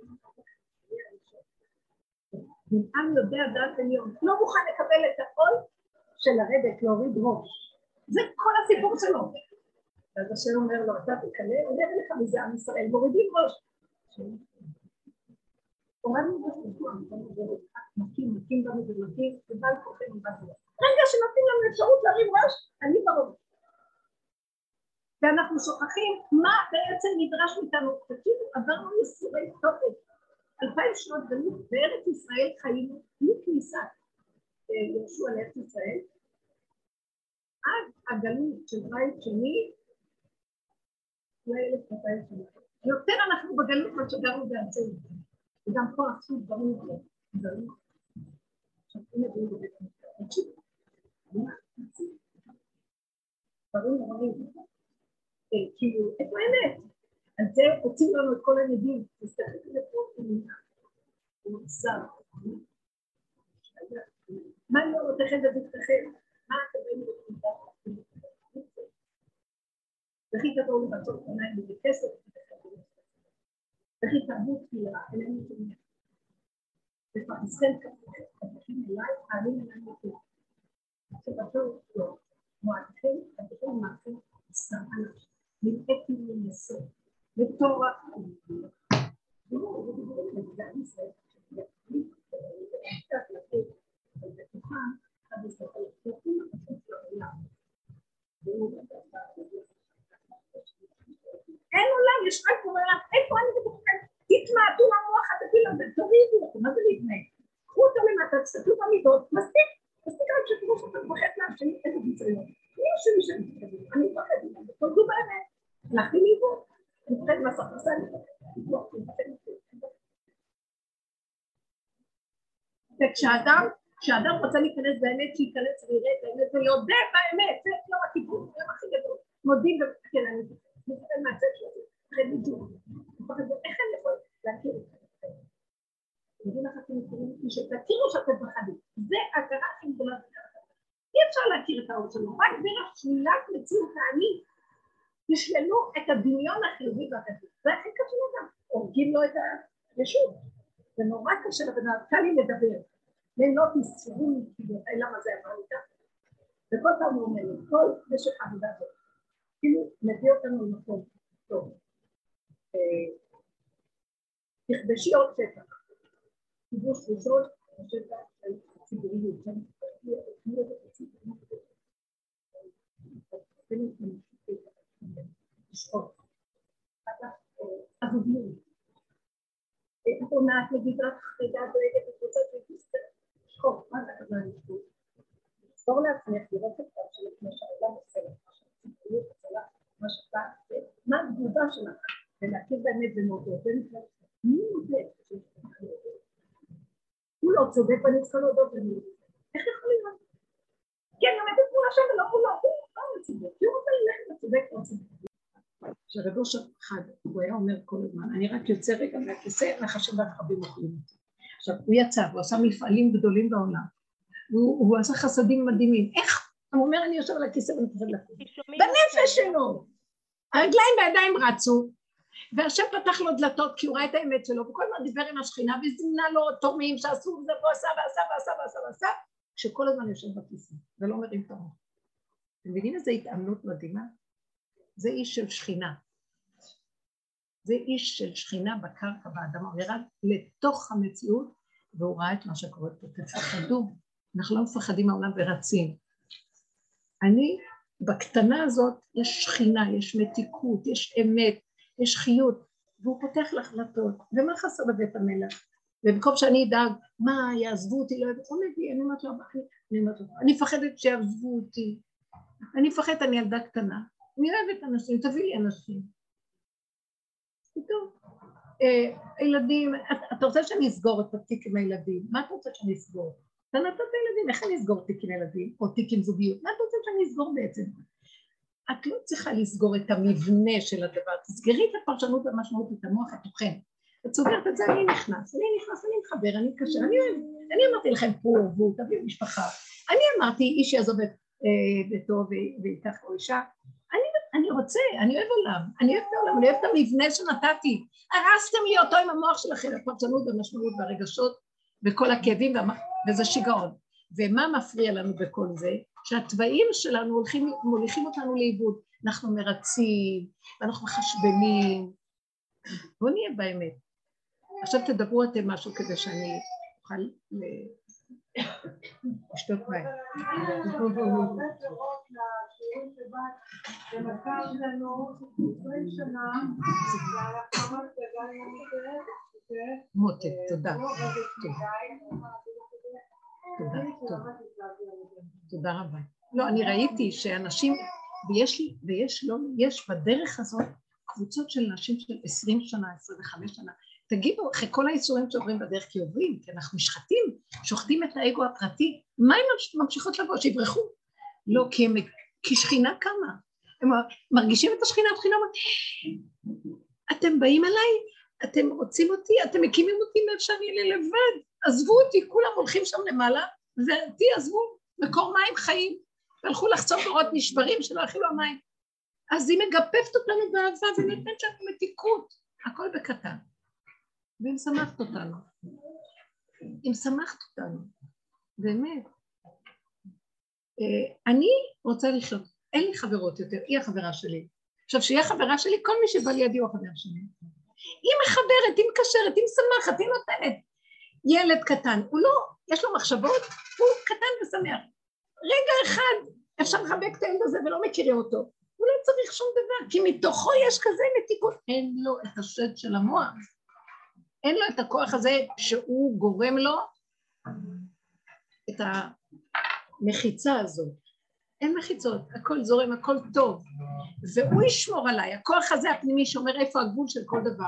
נמען יודע דעת עליון, לא מוכן לקבל את העול של לרדת, להוריד ראש. זה כל הסיפור שלו. אז השם אומר לו, אתה תקלה, אומר לך מזה עם ישראל, מורידים ראש. הורדנו ראש, מקים, מקים בנו ומקים, ובעל כוחנו בנו. רגע שנותנים לנו אפשרות להרים ראש, אני בראש. ואנחנו שוכחים מה בעצם נדרש מאיתנו. תקשיבו, עברנו ייסורי תופת. אלפיים שנות גלות בארץ ישראל חיינו מכניסה יהושע לארץ ישראל עד הגלות של בית שני לאלף מאתיים שנה. יותר אנחנו בגלות מה שגרנו בארצנו. וגם פה עשו דברים דברים. עכשיו אם הגיעו בבית המשפט. תקשיבו. דברים נוראים. כאילו, איפה האמת? אז זה הוציאו לנו את כל הנדים, תסתכלו לפה תמינה, הוא מוסר. מה אני לא נותכם בבטחכם? מה אתם באים לבטחכם? וכי תבואו לבצעות עיניים ובכסף, וכי תעבו תפילה, אלינו תמינה. ופרסכם כפכם, כפכים אליי, פעמים אלינו יותר. שבתור לא, מועדכם, כפכם ומעכם, סתם אנשים. נלאתי לנסות. בתור החיים, ולא, זה בגלל לגזם ישראל, שיחליט, ולאפתח לתת, אבל בתוכה, עד לספר, תוכים החשוב של העולם. אין עולם, יש רק עולם, איפה אני בתוככם? תתמעטו למוח, תורידו, מה זה להתנהג? קחו אותו למטה, תסתכלו במידות, מספיק, מספיק רק שתראו שאתה מפחד מהשני, איזה ביצויות. יש שלי שאני מתקדם, אני מפחד ממנו, תולדו באמת. הלכתי לאיבוד, אני מפחד מהסך עשה לי, וכשאדם, כשאדם רוצה להיכנס באמת, שייכנס ויראה את האמת, ויודע באמת, זה יום הכיבוד, זה יום הכי גדול, מודים ומתקן, אני מפחד מהצד שלו, מפחד בדיוק, מפחד בו, איך אני יכול להכיר את זה? מבין לך אתם מכירים אותי שתכירו שאתם מפחדים, זה הכרה הכי גדולה, אי אפשר להכיר את האור שלו, רק דרך שלילת מציאות העני, תשללו את הדמיון החיובי והחזית, זה הכי קשה גם, הורגים לו את הישות, זה נורא קשה לבן אדם, קל לי לדבר, לא תסתירו מכיוון, למה זה עבר לי ככה, וכל פעם הוא אומר לי, כל משך העבודה הזאת, כאילו מביא אותנו למקום טוב, תכבשי עוד שטח, כיבוש ראשון, השטח של ציבוריות, שאני תכבשי את הציבוריות, לשחוט, עבודיות. את עונת לגדרת חרידה דואגת וקבוצת ותסתר. שחוט, מה זה כזה לשחוט? לסבור לעצמך לראות את פעם שלך כמו שהעולם עושה לך, שהציבוריות עושה לך, מה שאתה, מה התגובה שלך, ולהכיר באמת במודות, ונכנס, מי מודה? הוא לא צודק ואני צריכה להודות למי. איך יכול להיות? כי אני עומדת מול השם ולא מולו, הוא לא מצודק, כי הוא רוצה ללכת לצודק לא צודק. שרבוש אחד, הוא היה אומר כל הזמן, אני רק יוצא רגע מהכיסא, נחשים והרחבים אוכלים אותי. עכשיו, הוא יצא, הוא עשה מפעלים גדולים בעולם, הוא, הוא עשה חסדים מדהימים. איך? הוא אומר, אני יושב על הכיסא ומתחד לקום. בנפש שלו. הרגליים והידיים רצו, והשם פתח לו דלתות, כי הוא ראה את האמת שלו, וכל הזמן דיבר עם השכינה, וזימנה לו תורמים שעשו זה, ועשה ועשה ועשה ועשה ועשה, שכל הזמן יושב בכיסא, ולא מרים את הראש. אתם מבינים איזו התאמנות מדהימה? זה איש של שכינה. זה איש של שכינה בקרקע באדמה, הוא ירד לתוך המציאות, והוא ראה את מה שקורה פה. תפחדו, אנחנו לא מפחדים מהעולם ורצים. אני, בקטנה הזאת, יש שכינה, יש מתיקות, יש אמת, יש חיות, והוא פותח להחלטות. ומה חסר בבית המלך? ובמקום שאני אדאג, מה, יעזבו אותי, לא יעזבו אותי, אני אומרת לו, אני אומרת לו, אני מפחדת שיעזבו אותי. אני מפחדת, אני ילדה קטנה. אני אוהבת אנשים, תביא לי אנשים. פתאום, הילדים, אתה רוצה שאני אסגור את התיק עם הילדים? מה אתה רוצה שאני אסגור? אתה נתת הילדים, איך אני אסגור תיק עם ילדים? או תיק עם זוגיות? מה אתה רוצה שאני אסגור בעצם? את לא צריכה לסגור את המבנה של הדבר, תסגרי את הפרשנות והמשמעות, את המוח התוכן. את סוגרת את זה, אני נכנס, אני נכנס, אני מחבר, אני קשר, אני אוהב, אני אמרתי לכם פה, והוא תביאו משפחה, אני אמרתי, איש יעזוב את ביתו ויקח או אישה, אני רוצה, אני אוהב עולם, אני אוהב את העולם, אני אוהב את המבנה שנתתי, הרסתם לי אותו עם המוח שלכם, הפרשנות והמשמעות והרגשות, וכל הכאבים, וזה שיגעון. ומה מפריע לנו בכל זה? שהטבעים שלנו הולכים, מוליכים אותנו לאיבוד, אנחנו מרצים, ואנחנו מחשבנים, בוא נהיה באמת. עכשיו תדברו אתם משהו כדי שאני אוכל לשתות מים. ומכר לנו עשרים שנה, והלחמות הגענו מותק, תודה. תודה, תודה. תודה רבה. לא, אני ראיתי שאנשים, ויש לי, ויש לא, יש בדרך הזאת קבוצות של נשים של עשרים שנה, עשרים וחמש שנה. תגידו, אחרי כל האיסורים שעוברים בדרך כי עוברים, כי אנחנו משחטים, שוחטים את האגו הפרטי, מה הן ממשיכות לבוא? שיברחו? לא, כי, הם, כי שכינה קמה. הם מרגישים את השכינה, השכינה אומרת, אתם באים אליי, אתם רוצים אותי, אתם מקימים אותי מאפשר לי לבד, עזבו אותי, כולם הולכים שם למעלה, ואותי עזבו, מקור מים חיים, והלכו לחצוב בורות נשברים שלא אכילו המים. אז היא מגפפת אותנו באהבה, ונותנת לנו מתיקות, הכל בקטן. והיא משמחת אותנו. היא משמחת אותנו, באמת. אני רוצה לחיות, אין לי חברות יותר, היא החברה שלי. עכשיו, שהיא החברה שלי, כל מי שבא לידי הוא החבר שלי. היא מחברת, היא מקשרת, היא משמחת, היא נותנת. ילד קטן, הוא לא, יש לו מחשבות, הוא קטן ושמח. רגע אחד אפשר לחבק את הילד הזה ולא מכירים אותו. הוא לא צריך שום דבר, כי מתוכו יש כזה מתיקות. אין לו את השד של המוח. אין לו את הכוח הזה שהוא גורם לו את המחיצה הזאת. אין מחיצות, הכל זורם, הכל טוב. והוא ישמור עליי, הכוח הזה הפנימי שאומר איפה הגבול של כל דבר.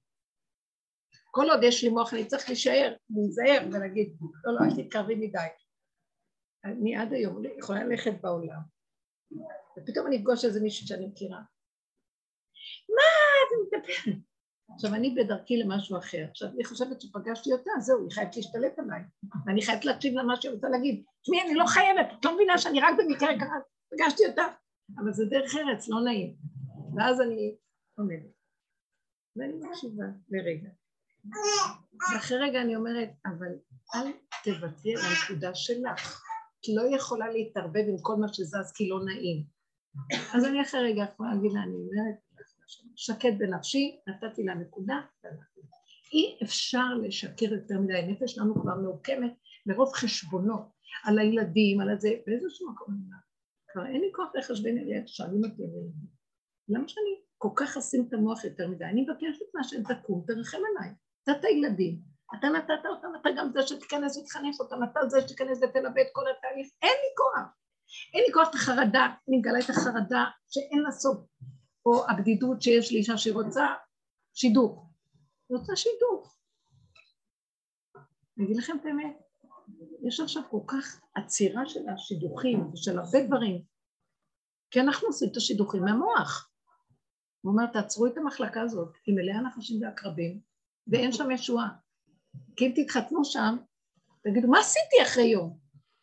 כל עוד יש לי מוח, אני צריך להישאר, להיזהר ולהגיד, לא, לא, אל תתקרבי מדי. אני עד היום יכולה ללכת בעולם, ופתאום אני אפגוש איזה מישהו שאני מכירה. מה אתה מדבר? עכשיו, אני בדרכי למשהו אחר. עכשיו, אני חושבת שפגשתי אותה, זהו, היא חייבת להשתלט עליי. ואני חייבת להקשיב למה שהיא רוצה להגיד. תשמעי, אני לא חייבת, את לא מבינה שאני רק במקרה ככה, פגשתי אותה. אבל זה דרך ארץ, לא נעים. ואז אני עומדת. ואני מקשיבה לרגע. ואחרי רגע אני אומרת, אבל אל תוותרי על הנקודה שלך. את לא יכולה להתערבב עם כל מה שזז, כי לא נעים. אז אני אחרי רגע יכולה להגיד לה, אני אומרת, שקט בנפשי, נתתי לה נקודה, אי אפשר לשקר יותר מדי, הנפש שלנו כבר מעוקמת מרוב חשבונות, על הילדים, על הזה, באיזשהו מקום אני אומר, כבר אין לי כוח לחשבן אליהם, שואלים אותי אליהם, למה שאני כל כך אשים את המוח יותר מדי, אני מבקשת מה שהם תקום, תרחם עליי, אתה את הילדים, אתה נתת אותם, אתה גם זה שתיכנס ותחנף אותם, אתה זה שתיכנס ותלווה את כל התהליך, אין לי כוח, אין לי כוח את החרדה, אני מגלה את החרדה שאין לה סוף, או הבדידות שיש לי אישה שרוצה שידוך. רוצה שידוך. אני אגיד לכם את האמת, יש עכשיו כל כך עצירה של השידוכים ושל הרבה דברים, כי אנחנו עושים את השידוכים מהמוח. הוא אומר, תעצרו את המחלקה הזאת, היא מלאה נחשים ועקרבים, ואין שם ישועה. כי אם תתחתנו שם, תגידו, מה עשיתי אחרי יום?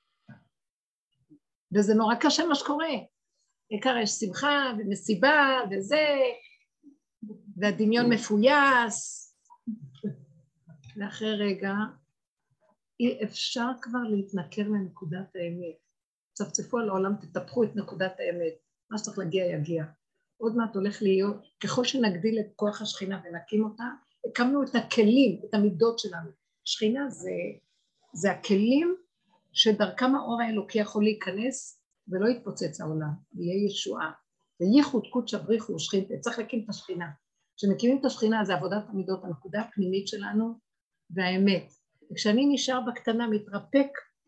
וזה נורא קשה מה שקורה. עיקר יש שמחה ומסיבה וזה, והדמיון מפויס, ואחרי רגע אי אפשר כבר להתנכר לנקודת האמת. צפצפו על העולם, תטפחו את נקודת האמת, מה שצריך להגיע יגיע. עוד מעט הולך להיות, ככל שנגדיל את כוח השכינה ונקים אותה, הקמנו את הכלים, את המידות שלנו. שכינה זה, זה הכלים שדרכם האור האלוקי יכול להיכנס, ולא יתפוצץ העולם, ויהיה ישועה. וייחוד קודשא בריך הוא שכינתא, צריך להקים את השכינה. כשמקימים את השכינה, זה עבודת המידות, הנקודה הפנימית שלנו, והאמת. וכשאני נשאר בקטנה, מתרפק,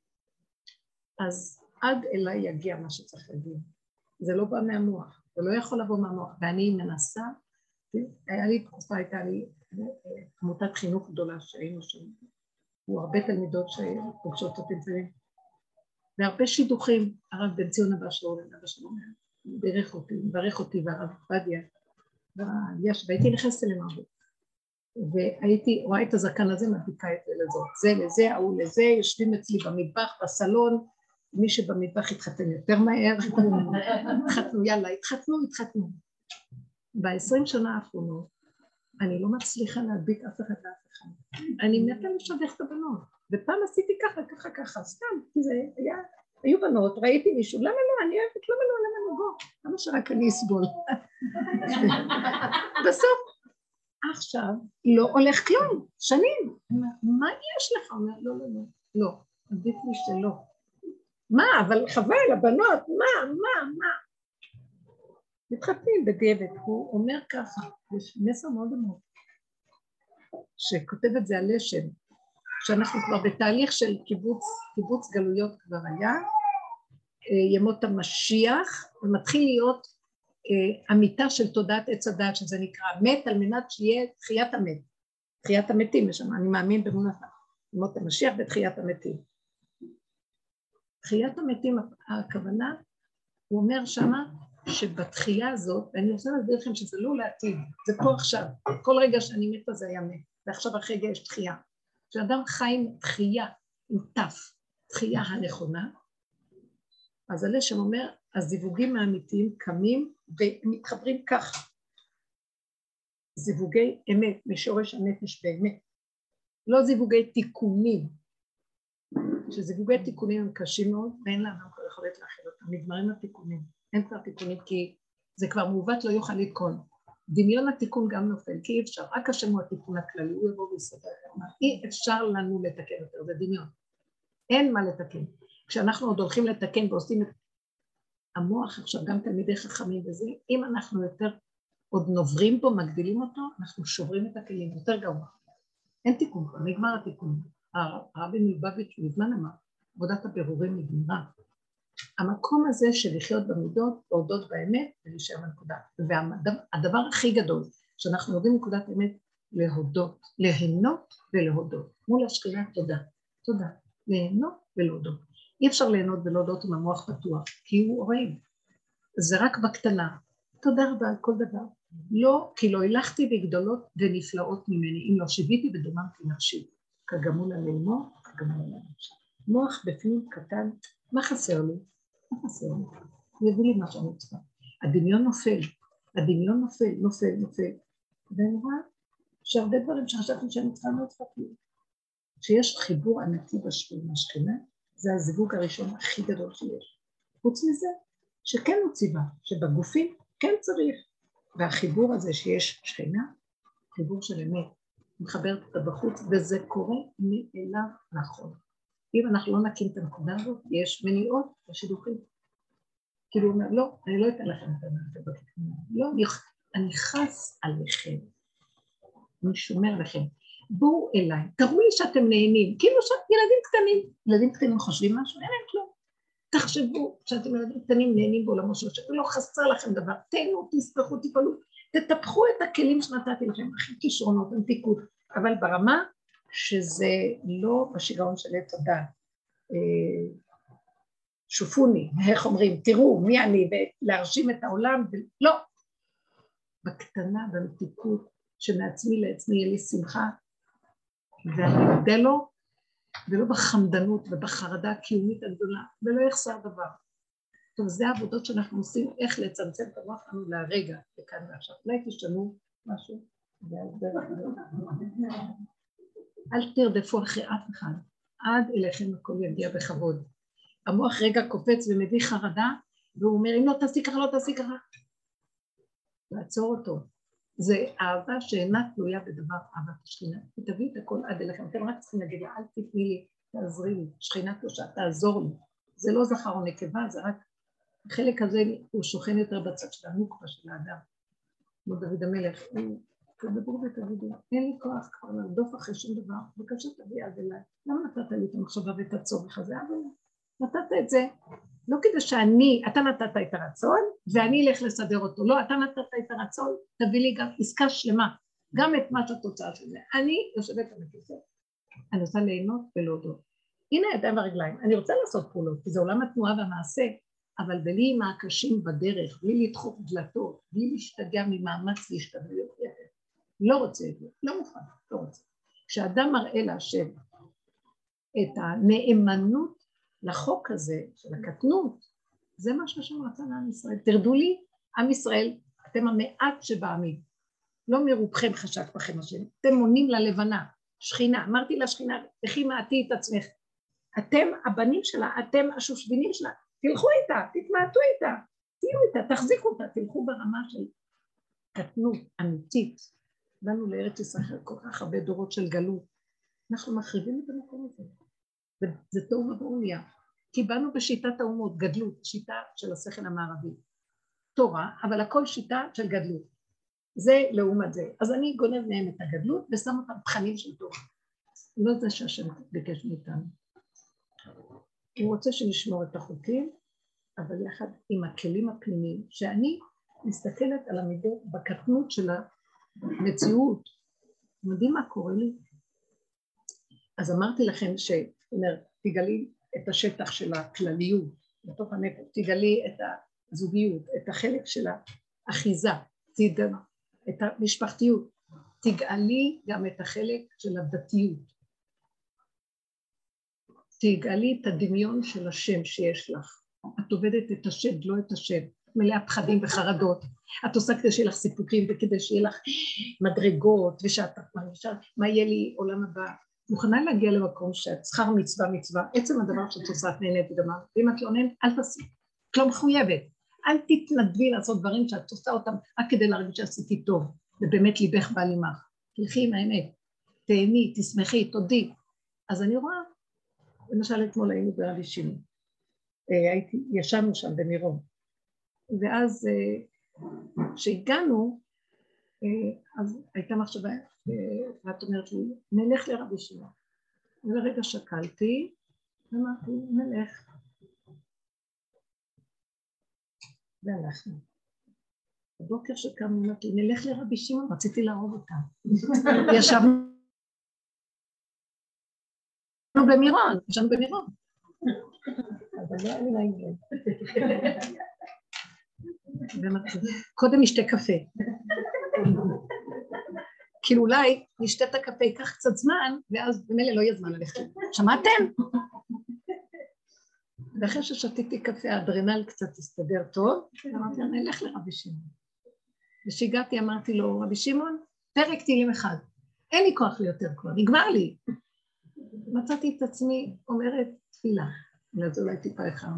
אז עד אליי יגיע מה שצריך להגיע. זה לא בא מהמוח, זה לא יכול לבוא מהמוח. ואני מנסה, היה לי תקופה, הייתה לי עמותת חינוך גדולה שהיינו שם, הוא הרבה תלמידות שפוגשות אותי לפעמים, והרבה שידוכים, הרב בן ציון אבא שלו, אבא שלו, בירך אותי, מברך אותי, והרב עובדיה, והייתי נכנסת אליהם הרבה, והייתי רואה את הזקן הזה, מדביקה את זה לזאת, זה לזה, ההוא לזה, יושבים אצלי במטבח, בסלון, מי שבמטבח התחתן יותר מהר, התחתנו, יאללה, התחתנו, התחתנו. ב-עשרים שנה האחרונות, אני לא מצליחה להדביק אף אחד לאף אחד. אני מתה לשדך את הבנות, ופעם עשיתי ככה, ככה, ככה, סתם, כי זה היה, היו בנות, ראיתי מישהו, למה לא, אני אוהבת, למה לא, למה לא, בוא, למה שרק אני אסבול. בסוף, עכשיו, לא הולך כלום, שנים. מה יש לך? אומר, לא, לא, לא, לא, עדיף לי שלא. מה, אבל חבל, הבנות, מה, מה, מה? מתחתנים בדיעבד, הוא אומר ככה, יש מסר מאוד עמוק, שכותב את זה על לשם, שאנחנו כבר בתהליך של קיבוץ, קיבוץ גלויות כבר היה, ימות המשיח, ומתחיל להיות אמיתה של תודעת עץ הדת, שזה נקרא מת, על מנת שיהיה תחיית המת, תחיית המתים, יש שם, אני מאמין במונחה, ימות המשיח בתחיית המתים. תחיית המתים, הכוונה, הוא אומר שמה, שבתחייה הזאת, ואני רוצה להסביר לכם שזה לא לעתיד, זה פה עכשיו, כל רגע שאני מתה זה היה מת, ועכשיו אחרי רגע יש תחייה. כשאדם חי עם תחייה, עם תף, תחייה הנכונה, אז הלשם אומר, הזיווגים האמיתיים קמים ומתחברים ככה. זיווגי אמת, משורש הנפש באמת, לא זיווגי תיקונים, שזיווגי תיקונים הם קשים מאוד, ואין לאדם כל יכולת להכיל אותם, נגמרים התיקונים. אין כבר תיקונים, כי זה כבר מעוות לא יוכל לתקון. דמיון התיקון גם נופל, כי אי אפשר, רק השם הוא התיקון הכללי, הוא יבוא ויסתכל, אי אפשר לנו לתקן יותר, זה דמיון. אין מה לתקן. כשאנחנו עוד הולכים לתקן ועושים את המוח, עכשיו גם תלמידי חכמים וזה, אם אנחנו יותר עוד נוברים פה, מגדילים אותו, אנחנו שוברים את הכלים, יותר גרוע. אין תיקון, נגמר התיקון. הרבי מלובביץ' מזמן אמר, עבודת הבירורים נגמרה. המקום הזה של לחיות במידות, להודות באמת ולהישאר בנקודה. והדבר הכי גדול, שאנחנו יודעים נקודת אמת, להודות, ליהנות ולהודות. מול השכינה תודה, תודה, ליהנות ולהודות. אי אפשר ליהנות ולהודות עם המוח פתוח, כי הוא אוהב. זה רק בקטנה. תודה רבה על כל דבר. לא, כי לא הלכתי בגדולות ונפלאות ממני, אם לא שיביתי ודוממתי נפשי. כגמול לאמו, כגמול לאנשי. מוח בפנים קטן, מה חסר לי? מה חסר לי? הוא יביא לי מה שאני צריכה. הדמיון נופל, הדמיון נופל, נופל, נופל. ואני רואה שהרבה דברים שחשבתי שאני צריכה לא צריכה כלום. כשיש חיבור ענקי בשכינה, זה הזיווג הראשון הכי גדול שיש. חוץ מזה, שכן הוא ציווה, שבגופים כן צריך. והחיבור הזה שיש שכינה, חיבור של אמת, מחברת אותה בחוץ, וזה קורה מאליו נכון. אם אנחנו לא נקים את הנקודה הזאת, יש מניעות לשידוכים. כאילו הוא אומר, לא, אני לא אתן לכם את הנקודה בקטנה. לא, אני חס עליכם. אני שומר לכם. בואו אליי, תראו לי שאתם נהנים. כאילו ילדים קטנים, ילדים קטנים חושבים משהו, אין להם כלום. תחשבו שאתם ילדים קטנים נהנים בעולמו של השם, ולא חסר לכם דבר. תהנו, תספחו, תפעלו, תטפחו את הכלים שנתתי לכם, הכי כישרונות, אנטיקות, אבל ברמה שזה לא בשיגעון של עץ הדת. שופוני, איך אומרים, תראו מי אני, ולהרשים את העולם, לא. בקטנה, באנטיקות, שמעצמי לעצמי יהיה לי שמחה, ואני מודה לו, ולא בחמדנות ובחרדה הקיומית הגדולה, ולא יחסר דבר. טוב, זה העבודות שאנחנו עושים, איך לצמצם את המוח לנו להרגע, וכאן ועכשיו. אולי תשנו משהו, אל תרדפו אחרי אף אחד, עד אליכם הכל יגיע בכבוד. המוח רגע קופץ ומביא חרדה, והוא אומר, אם לא תעשי ככה, לא תעשי ככה. לעצור אותו. זה אהבה שאינה תלויה בדבר אהבת השכינה. תביא את הכל עד אליכם. אתם רק צריכים להגיד לה, אל תתני לי, תעזרי לי, שכינה קדושה, תעזור לי. זה לא זכר או נקבה, זה רק, החלק הזה הוא שוכן יותר בצד של הנוקבה של האדם. כמו דוד המלך, תדברו ותגידו, אין לי כוח כבר לרדוף אחרי שום דבר, בבקשה תביא עד אליי. למה נתת לי את המחשבה ואת הצורך הזה? אבל נתת את זה, לא כדי שאני, אתה נתת את הרצון, ואני אלך לסדר אותו. לא, אתה נתת את הרצון, תביא לי גם עסקה שלמה. גם את מה שהתוצאה של זה. אני יושבת על הכיסא, אני רוצה ליהנות ולהודות. הנה הידיים והרגליים, אני רוצה לעשות פעולות, כי זה עולם התנועה והמעשה, אבל בלי מעקשים בדרך, בלי לדחוף דלתות, בלי להשתגע ממאמץ להשתגעיות יתר. לא רוצה את זה, לא מוכן, לא רוצה. כשאדם מראה להשם את הנאמנות לחוק הזה של הקטנות, זה מה שהשם רצה לעם ישראל. תרדו לי, עם ישראל, אתם המעט שבעמים. לא מרובכם חשק בכם השם, אתם מונים ללבנה, שכינה. אמרתי לשכינה, תחי מעטי את עצמך. אתם הבנים שלה, אתם השושבינים שלה, תלכו איתה, תתמעטו איתה, תהיו איתה, תחזיקו אותה, תלכו ברמה של קטנות אמיתית. באנו לארץ ישראל כל כך הרבה דורות של גלות, אנחנו מחריבים את המקום הזה. זה, זה טוב ובאוניה, כי באנו בשיטת האומות, גדלות, שיטה של השכל המערבי. תורה, אבל הכל שיטה של גדלות. זה לעומת זה. אז אני גונב מהם את הגדלות ושם אותם תכנים של תורה. לא זה שהשם ביקש מאיתנו. הוא רוצה שנשמור את החוקים, אבל יחד עם הכלים הפנימיים, שאני מסתכלת על המידות בקטנות של המציאות. אתם יודעים מה קורה לי? אז אמרתי לכם שאומר, תגלי את השטח של הכלליות, בתוך הנפש, תגלי את הזוגיות, את החלק של האחיזה, תגלי את המשפחתיות, תגלי גם את החלק של הדתיות. תגלי את הדמיון של השם שיש לך. את עובדת את השד, לא את השם. מלאה פחדים וחרדות. את עושה כדי שיהיה לך סיפוקים וכדי שיהיה לך מדרגות, ושאת מרגישה מה יהיה לי עולם הבא. מוכנה להגיע למקום שאת שכר מצווה מצווה. עצם הדבר שאת עושה את נהנית ודמה. ואם את לא נהנית, אל תעשי. את לא מחויבת. אל תתנדבי לעשות דברים שאת עושה אותם רק כדי להרגיש שעשיתי טוב. ובאמת ליבך בא לימך. תלכי עם האמת. תהני, תשמחי, תודי. אז אני רואה, למשל אתמול היינו ברבי שמעון, הייתי, ישבנו שם במירון, ואז כשהגענו, אז הייתה מחשבה, ואת אומרת לי, נלך לרבי שמעון. ולרגע שקלתי, ואמרתי, נלך. והלכנו. בבוקר שקמנו, אמרתי, נלך לרבי שמעון, רציתי להרוג אותה. ישבנו, במירון, ישנו במירון. אבל לא היה לי נעים. קודם נשתה קפה. כאילו אולי נשתה את הקפה, ייקח קצת זמן, ואז במילא לא יהיה זמן ללכת. שמעתם? ואחרי ששתיתי קפה, האדרנל קצת הסתדר טוב, אמרתי, אני אלך לרבי שמעון. ושהגעתי אמרתי לו, רבי שמעון, פרק תהילים אחד. אין לי כוח לי יותר כבר, נגמר לי. מצאתי את עצמי אומרת תפילה, אז אולי טיפה אחד.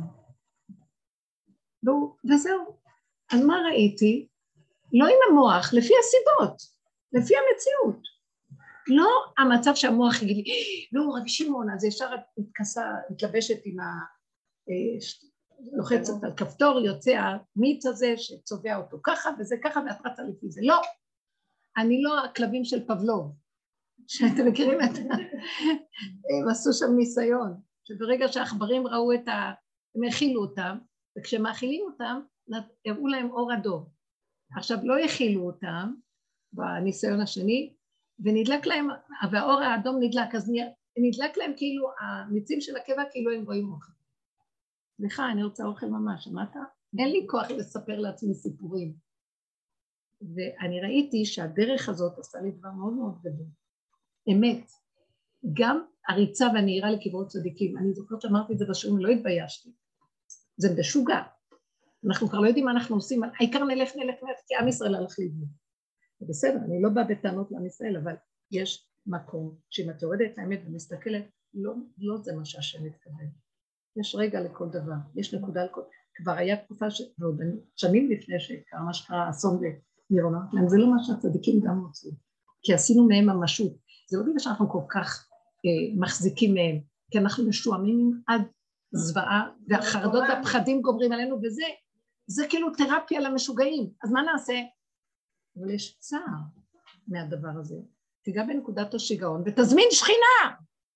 וזהו. אז מה ראיתי? לא עם המוח, לפי הסיבות, לפי המציאות. לא המצב שהמוח יגיד לי, לא, רבי שמעון, אז ישר את מתכסה, מתלבשת עם ה... לוחצת על כפתור, יוצא המיץ הזה שצובע אותו ככה, וזה ככה, ואת רצה לפי זה. לא, אני לא הכלבים של פבלוב. שאתם מכירים את זה, הם עשו שם ניסיון, שברגע שהעכברים ראו את ה... הם הכילו אותם, וכשמאכילים אותם, הראו להם אור אדום. עכשיו לא הכילו אותם, בניסיון השני, ונדלק להם, והאור האדום נדלק, אז נדלק להם כאילו, המיצים של הקבע כאילו הם רואים אוכל. סליחה, אני רוצה אוכל ממש, שמעת? אין לי כוח לספר לעצמי סיפורים. ואני ראיתי שהדרך הזאת עשה לי דבר מאוד מאוד גדול. אמת, גם הריצה והנהירה לקברות צדיקים, אני זוכרת שאמרתי את זה בשיעור, לא התביישתי, זה משוגע, אנחנו כבר לא יודעים מה אנחנו עושים, העיקר נלך נלך נלך, כי עם ישראל הלך לאיבוד. בסדר, אני לא באה בטענות לעם ישראל, אבל יש מקום שאם את יורדת לאמת ומסתכלת, לא, לא זה מה שהשם מתכוון. יש רגע לכל דבר, יש נקודה לכל, כבר היה תקופה ש... ועוד שנים לפני שקרה מה שקרה אסון במירון, זה לא מה שהצדיקים גם רוצים, כי עשינו מהם ממשות. זה לא בגלל שאנחנו כל כך אה, מחזיקים מהם, כי אנחנו משועממים עד זוועה, והחרדות והפחדים גומרים עלינו, וזה זה כאילו תרפיה למשוגעים. אז מה נעשה? אבל יש צער מהדבר הזה. תיגע בנקודת השיגעון ותזמין שכינה.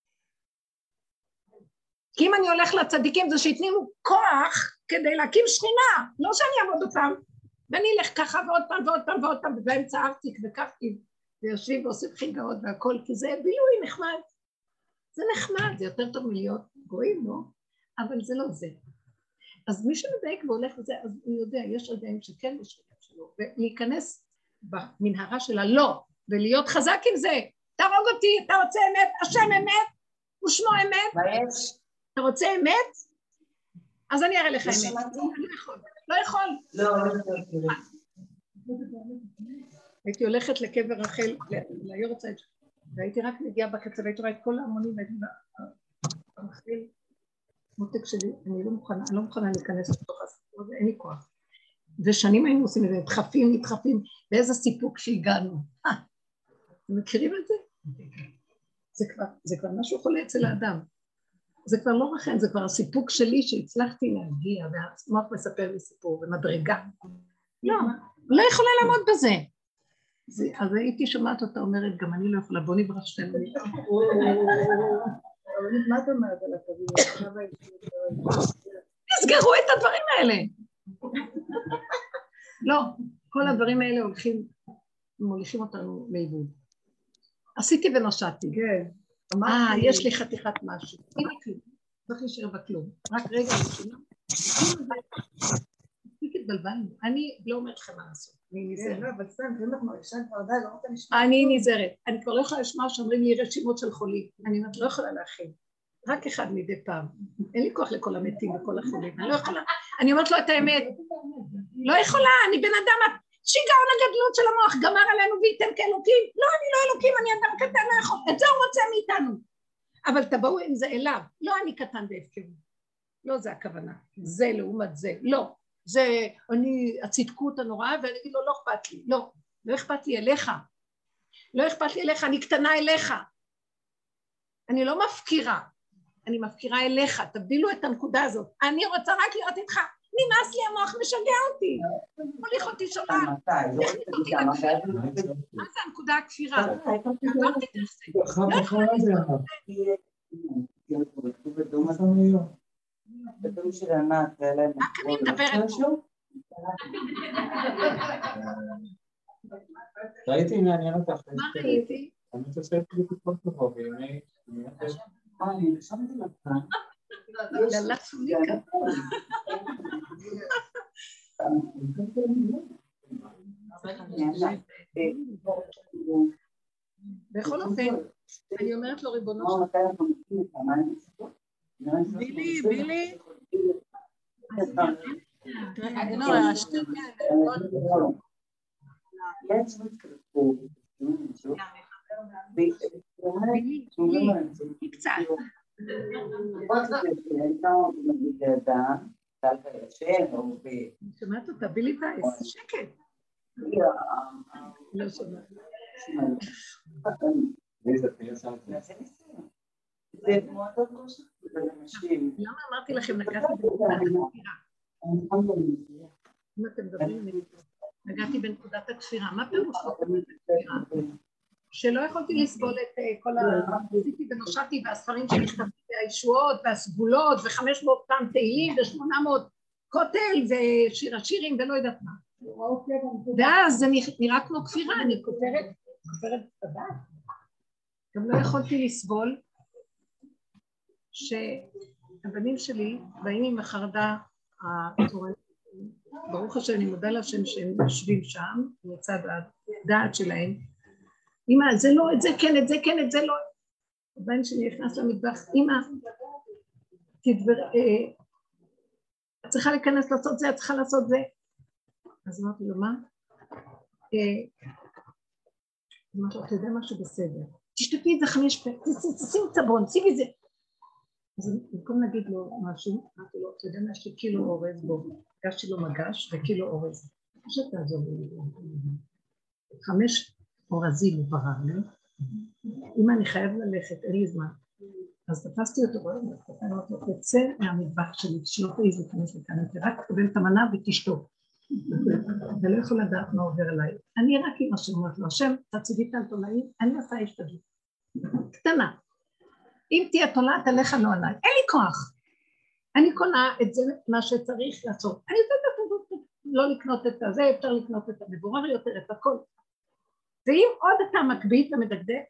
כי אם אני הולך לצדיקים זה שיתנימו כוח כדי להקים שכינה, לא שאני אעמוד אותם, ואני אלך ככה ועוד פעם ועוד פעם ועוד פעם, ובאמצע ארתיק וקפתי, ויושבים ועושים חיגאות והכל, כי זה בילוי נחמד. זה נחמד, זה יותר טוב מלהיות גויים, לא? אבל זה לא זה. אז מי שמדייק והולך לזה, אז הוא יודע, יש רגעים שכן, יש רגעים שלא, ולהיכנס במנהרה של הלא, ולהיות חזק עם זה. תרוג אותי, אתה רוצה אמת, השם אמת, ושמו אמת. מה יש? אתה רוצה אמת? אז אני אראה לך אמת. אני לא יכול. לא יכול. לא, לא יכול. הייתי הולכת לקבר רחל, ליורצייט, והייתי רק מגיעה בקצה, והייתי רואה את כל ההמונים, והייתי רחל, מותק שלי, אני לא מוכנה, אני לא מוכנה להיכנס לתוך הסיפור הזה, אין לי כוח. ושנים היינו עושים את זה, נדחפים, נדחפים, באיזה סיפוק שהגענו. אה, אתם מכירים את זה? זה כבר, זה כבר משהו חולה אצל האדם. זה כבר לא רחל, זה כבר הסיפוק שלי שהצלחתי להגיע, והמוח מספר לי סיפור, ומדרגה. לא, לא יכולה לעמוד בזה. אז הייתי שומעת אותה אומרת, גם אני לא יכולה, בוא נברח שתיים. מה את אומרת על הקווים? תסגרו את הדברים האלה. לא, כל הדברים האלה הולכים, מוליכים אותנו לאיבוד. עשיתי ונושעתי. כן. אה, יש לי חתיכת משהו. הנה כלום, צריך להישאר בכלום. רק רגע, מספיק התבלבלנו. אני לא אומרת לכם מה לעשות. אני נזהרת. לא, אבל סתם, זה לך מרגישה כבר די, לא רוצה לשמוע. אני נזהרת. אני כבר לא יכולה לשמוע שאומרים לי רשימות של חולים. אני אומרת, לא יכולה להכין. רק אחד מדי פעם. אין לי כוח לכל המתים וכל החולים. אני לא יכולה. אני אומרת לו את האמת. לא יכולה, אני בן אדם שיגעון הגדלות של המוח, גמר עלינו וייתן כאלוקים. לא, אני לא אלוקים, אני אדם קטן, לא יכול. את זה הוא רוצה מאיתנו. אבל תבואו עם זה אליו. לא אני קטן והפקרות. לא זה הכוונה. זה לעומת זה. לא. זה אני, הצדקות הנוראה, ואני אגיד לו, לא אכפת לי. לא. לא אכפת לי אליך. לא אכפת לי אליך, אני קטנה אליך. אני לא מפקירה. אני מפקירה אליך. תבדילו את הנקודה הזאת. אני רוצה רק להיות איתך. נמאס לי המוח, משגע אותי. מוליך אותי שולל. מה זה הנקודה הכפירה? אמרתי תחסי. לא יכולה לסגור. מה אני מדברת פה? ראיתי מעניין אותך. מה ראיתי? אני חושבת בתקופות טובות, בימי... אה, אני חשבתי לך. ללה סוליקה. בכל אופן, אני אומרת לו ריבונו של... בילי, בילי. קצת. שומעת אותה, בילי וייס, שקט. לא שומעת. זה מאוד קושי, זה לנשים. למה אמרתי לכם, נגעתי בנקודת הכפירה? אם אתם מדברים, נגעתי בנקודת הכפירה. מה פירוש בנקודת הכפירה? שלא יכולתי לסבול את כל ה... עשיתי ונושעתי והספרים שנכתבתי והישועות והסגולות וחמש מאות פעם תהילים ושמונה מאות כותל ושיר השירים ולא יודעת מה. ואז זה נראה כמו כפירה, אני כותרת, כותרת בדעת. גם לא יכולתי לסבול שהבנים שלי באים עם החרדה התורנית. ברוך השם, אני מודה להשם שהם יושבים שם, מצד הדעת שלהם. אמא, זה לא, את זה כן, את זה כן, את זה לא. הבן שלי נכנס למטבח, אמא, תדבר, אה, את צריכה להיכנס לעשות זה, את צריכה לעשות זה. אז אמרתי לו, מה? אה, אמרתי לו, אתה יודע משהו בסדר. תשתפי את זה חמש פעמים, שים צבון, שים את זה. אז במקום להגיד לו משהו, אמרתי לו, אתה יודע מה, יש לי קילו אורז בו, הגשתי לו מגש וקילו אורז. פשוט תעזור לי. חמש אורזים הוא ברר לי. אמא, אני חייב ללכת, אין לי זמן. אז תפסתי אותו, אמרתי לו, תצא מהמטבח שלי, שלא תעיז להיכנס לכאן, רק תקבל את המנה ותשתוק. ולא יכול לדעת מה עובר אליי. אני רק אמא שאומרת לו, השם, תציבי את העיתונאים, אני עושה השתדלות. קטנה. אם תהיה תולעת עליך לא עליי, אין לי כוח. אני קונה את זה, מה שצריך לעשות. אני יודעת לא לקנות את זה, אפשר לקנות את המבורר יותר, את הכל. ואם עוד אתה מקביט ומדקדק,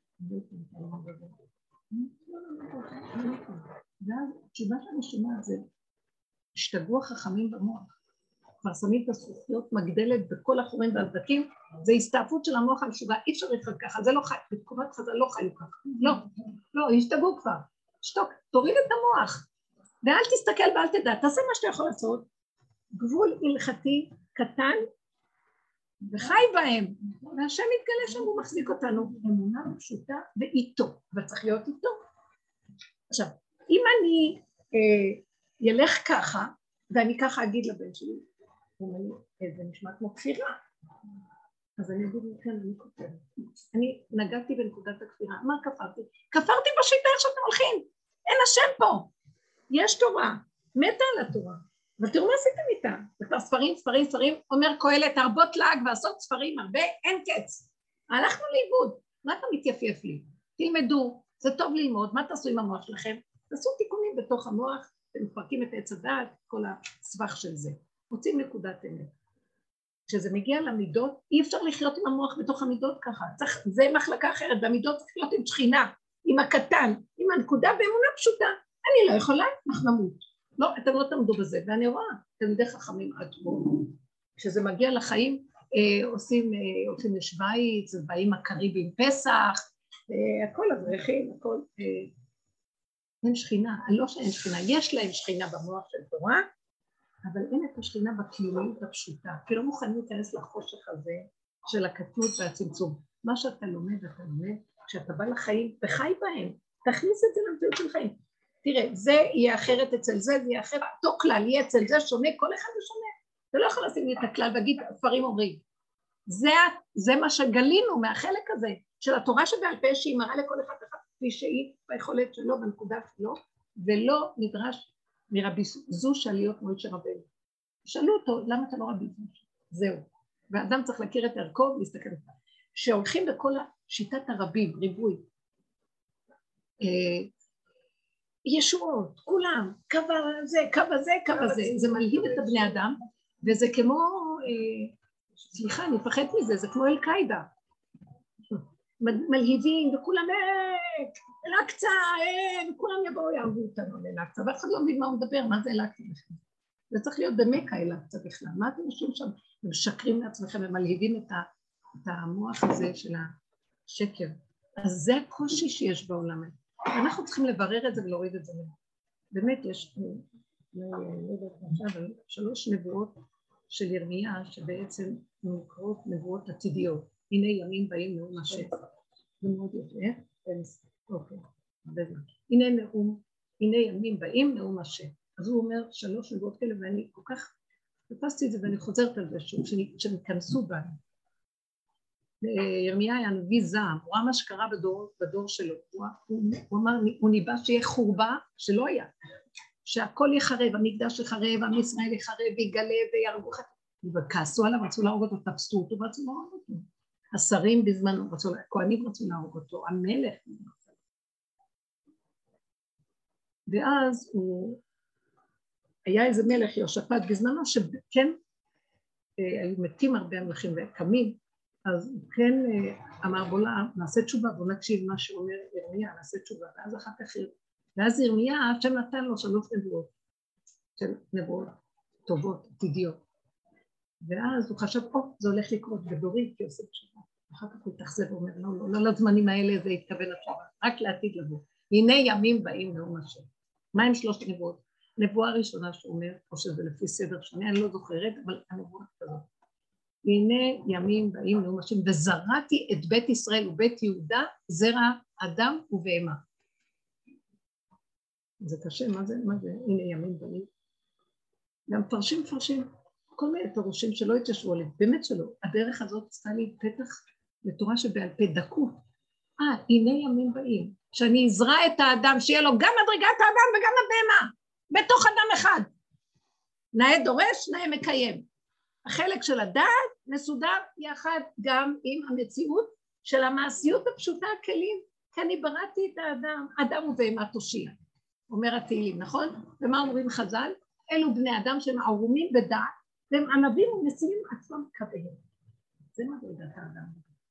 ואז תשובה שאני שומעת זה, השתגעו החכמים במוח, כבר שמים את הזכוכיות מגדלת בכל החורים והדקים, זה הסתעפות של המוח המשוגע, אי אפשר לחיות ככה, זה לא חי, בתקומת חז"ל לא חיו ככה, לא, לא, השתגעו כבר, שתוק, תוריד את המוח, ואל תסתכל ואל תדע, תעשה מה שאתה יכול לעשות, גבול הלכתי קטן, וחי בהם, והשם מתגלה שם הוא מחזיק אותנו, אמונה פשוטה ואיתו, אבל צריך להיות איתו. עכשיו, אם אני אה, ילך ככה, ואני ככה אגיד לבן שלי, הוא אומר לי, זה נשמע כמו כפירה, אז אני אגיד לכם, אני כופרת. אני נגעתי בנקודת הכפירה, מה כפרתי? כפרתי בשיטה איך שאתם הולכים, אין השם פה, יש תורה, מתה על התורה. אבל תראו מה עשיתם איתה, זה כבר ספרים, ספרים, ספרים, אומר קהלת, הרבות לעג ועשות ספרים הרבה, אין קץ. הלכנו לאיבוד, מה אתה מתייפייף לי? תלמדו, זה טוב ללמוד, מה תעשו עם המוח שלכם? תעשו תיקונים בתוך המוח, אתם מפרקים את עץ הדעת, כל הסבך של זה. מוצאים נקודת אמת. כשזה מגיע למידות, אי אפשר לחיות עם המוח בתוך המידות ככה, צריך, זה מחלקה אחרת, והמידות צריך להיות עם שכינה, עם הקטן, עם הנקודה באמונה פשוטה. אני לא יכולה, אנחנו נמות. לא, אתם לא תעמדו בזה, ואני רואה, תלמידי חכמים עד פה, כשזה מגיע לחיים, אה, עושים, אה, עושים לשוויץ, באים הקריבים פסח, אה, הכל אברכים, הכל, אה, אין שכינה, לא שאין שכינה, יש להם שכינה במוח של תורה, אבל אין את השכינה בקיומיות הפשוטה, כי לא מוכנים להיכנס לחושך הזה, של הקטנות והצמצום. מה שאתה לומד, אתה לומד, כשאתה בא לחיים, וחי בהם, תכניס את זה למציאות של חיים. תראה, זה יהיה אחרת אצל זה, זה יהיה אחרת, אותו כלל יהיה אצל זה שונה, כל אחד זה שונה. אתה לא יכול לשים לי את הכלל ולהגיד, הספרים אומרים. זה, זה מה שגלינו מהחלק הזה, של התורה שבעל פה שהיא מראה לכל אחד אחד, כפי שהיא ביכולת שלו, בנקודה שלו, ולא נדרש מרבי זושה להיות מוישה רבנו. שאלו אותו, למה אתה לא רבי זושה? זהו. והאדם צריך להכיר את ערכו ולהסתכל עליו. שהולכים בכל שיטת הרבים, ריבוי, ישועות, כולם, קו הזה, קו הזה, קו הזה, זה מלהיב את הבני אדם, וזה כמו, סליחה, אני מפחד מזה, זה כמו אל-קאידה. מלהיבים, וכולם, אל-אקצה, וכולם יבואו יערבו אותנו לאל-אקצה, ואף אחד לא מבין מה הוא מדבר, מה זה אל-אקצה בכלל. זה צריך להיות במקה אל-אקצה בכלל, מה אתם יושבים שם? הם משקרים לעצמכם, הם מלהיבים את המוח הזה של השקר. אז זה הקושי שיש בעולם. אנחנו צריכים לברר את זה ולהוריד את זה. באמת יש, לא יודעת, אבל שלוש נבואות של ירמיה שבעצם נקראות נבואות עתידיות. הנה ימים באים נאום השם. זה מאוד יפה. אוקיי. הנה נאום, הנה ימים באים נאום השם. אז הוא אומר שלוש נבואות כאלה, ואני כל כך תפסתי את זה ואני חוזרת על זה שוב, שנכנסו בנו. ירמיה היה נביא זעם, הוא ראה מה שקרה בדור, בדור שלו, הוא, הוא אמר, הוא ניבא שיהיה חורבה שלא היה, שהכל יחרב, המקדש יחרב, עם ישראל יחרב, ויגלה וירגו, וכעסו עליו, רצו להרוג אותו, תפסו אותו ורצו להרוג אותו. השרים בזמנו, רצו, הכהנים רצו להרוג אותו, המלך. ואז הוא, היה איזה מלך יהושפט בזמנו, שכן היו מתים הרבה המלכים וקמים, אז כן אמר בוא נעשה תשובה, בוא נקשיב מה שאומר ירמיה, נעשה תשובה, ואז אחר כך, ואז ירמיה, השם נתן לו שלוש נבואות, של נבואות טובות, עתידיות, ואז הוא חשב, או, זה הולך לקרות בדורי, כי עושה תשובה, אחר כך הוא תחזב ואומר, לא, לא, לא לזמנים האלה זה יתכוון התשובה, רק לעתיד לבוא, הנה ימים באים נאום השם. מה עם שלושת נבואות? נבואה ראשונה שאומר, או שזה לפי סדר שונה, אני לא זוכרת, אבל הנבואה כזאת. והנה ימים באים נאום השם, וזרעתי את בית ישראל ובית יהודה, זרע אדם ובהמה. זה קשה, מה זה? מה זה? הנה ימים באים. גם פרשים פרשים, כל מיני פירושים שלא התיישבו עליהם, באמת שלא. הדרך הזאת עשתה לי פתח לתורה שבעל פה דקות. אה, הנה ימים באים, שאני אזרע את האדם, שיהיה לו גם מדרגת האדם וגם הבהמה, בתוך אדם אחד. נאה דורש, נאה מקיים. החלק של הדעת מסודר יחד גם עם המציאות של המעשיות הפשוטה הכלים, כי אני בראתי את האדם, אדם ובהמה תושיע, אומר התהילים, נכון? ומה אומרים חז"ל? אלו בני אדם שהם ערומים בדעת, והם ענבים ומסיעים עצמם כבהם. זה מדרגת האדם.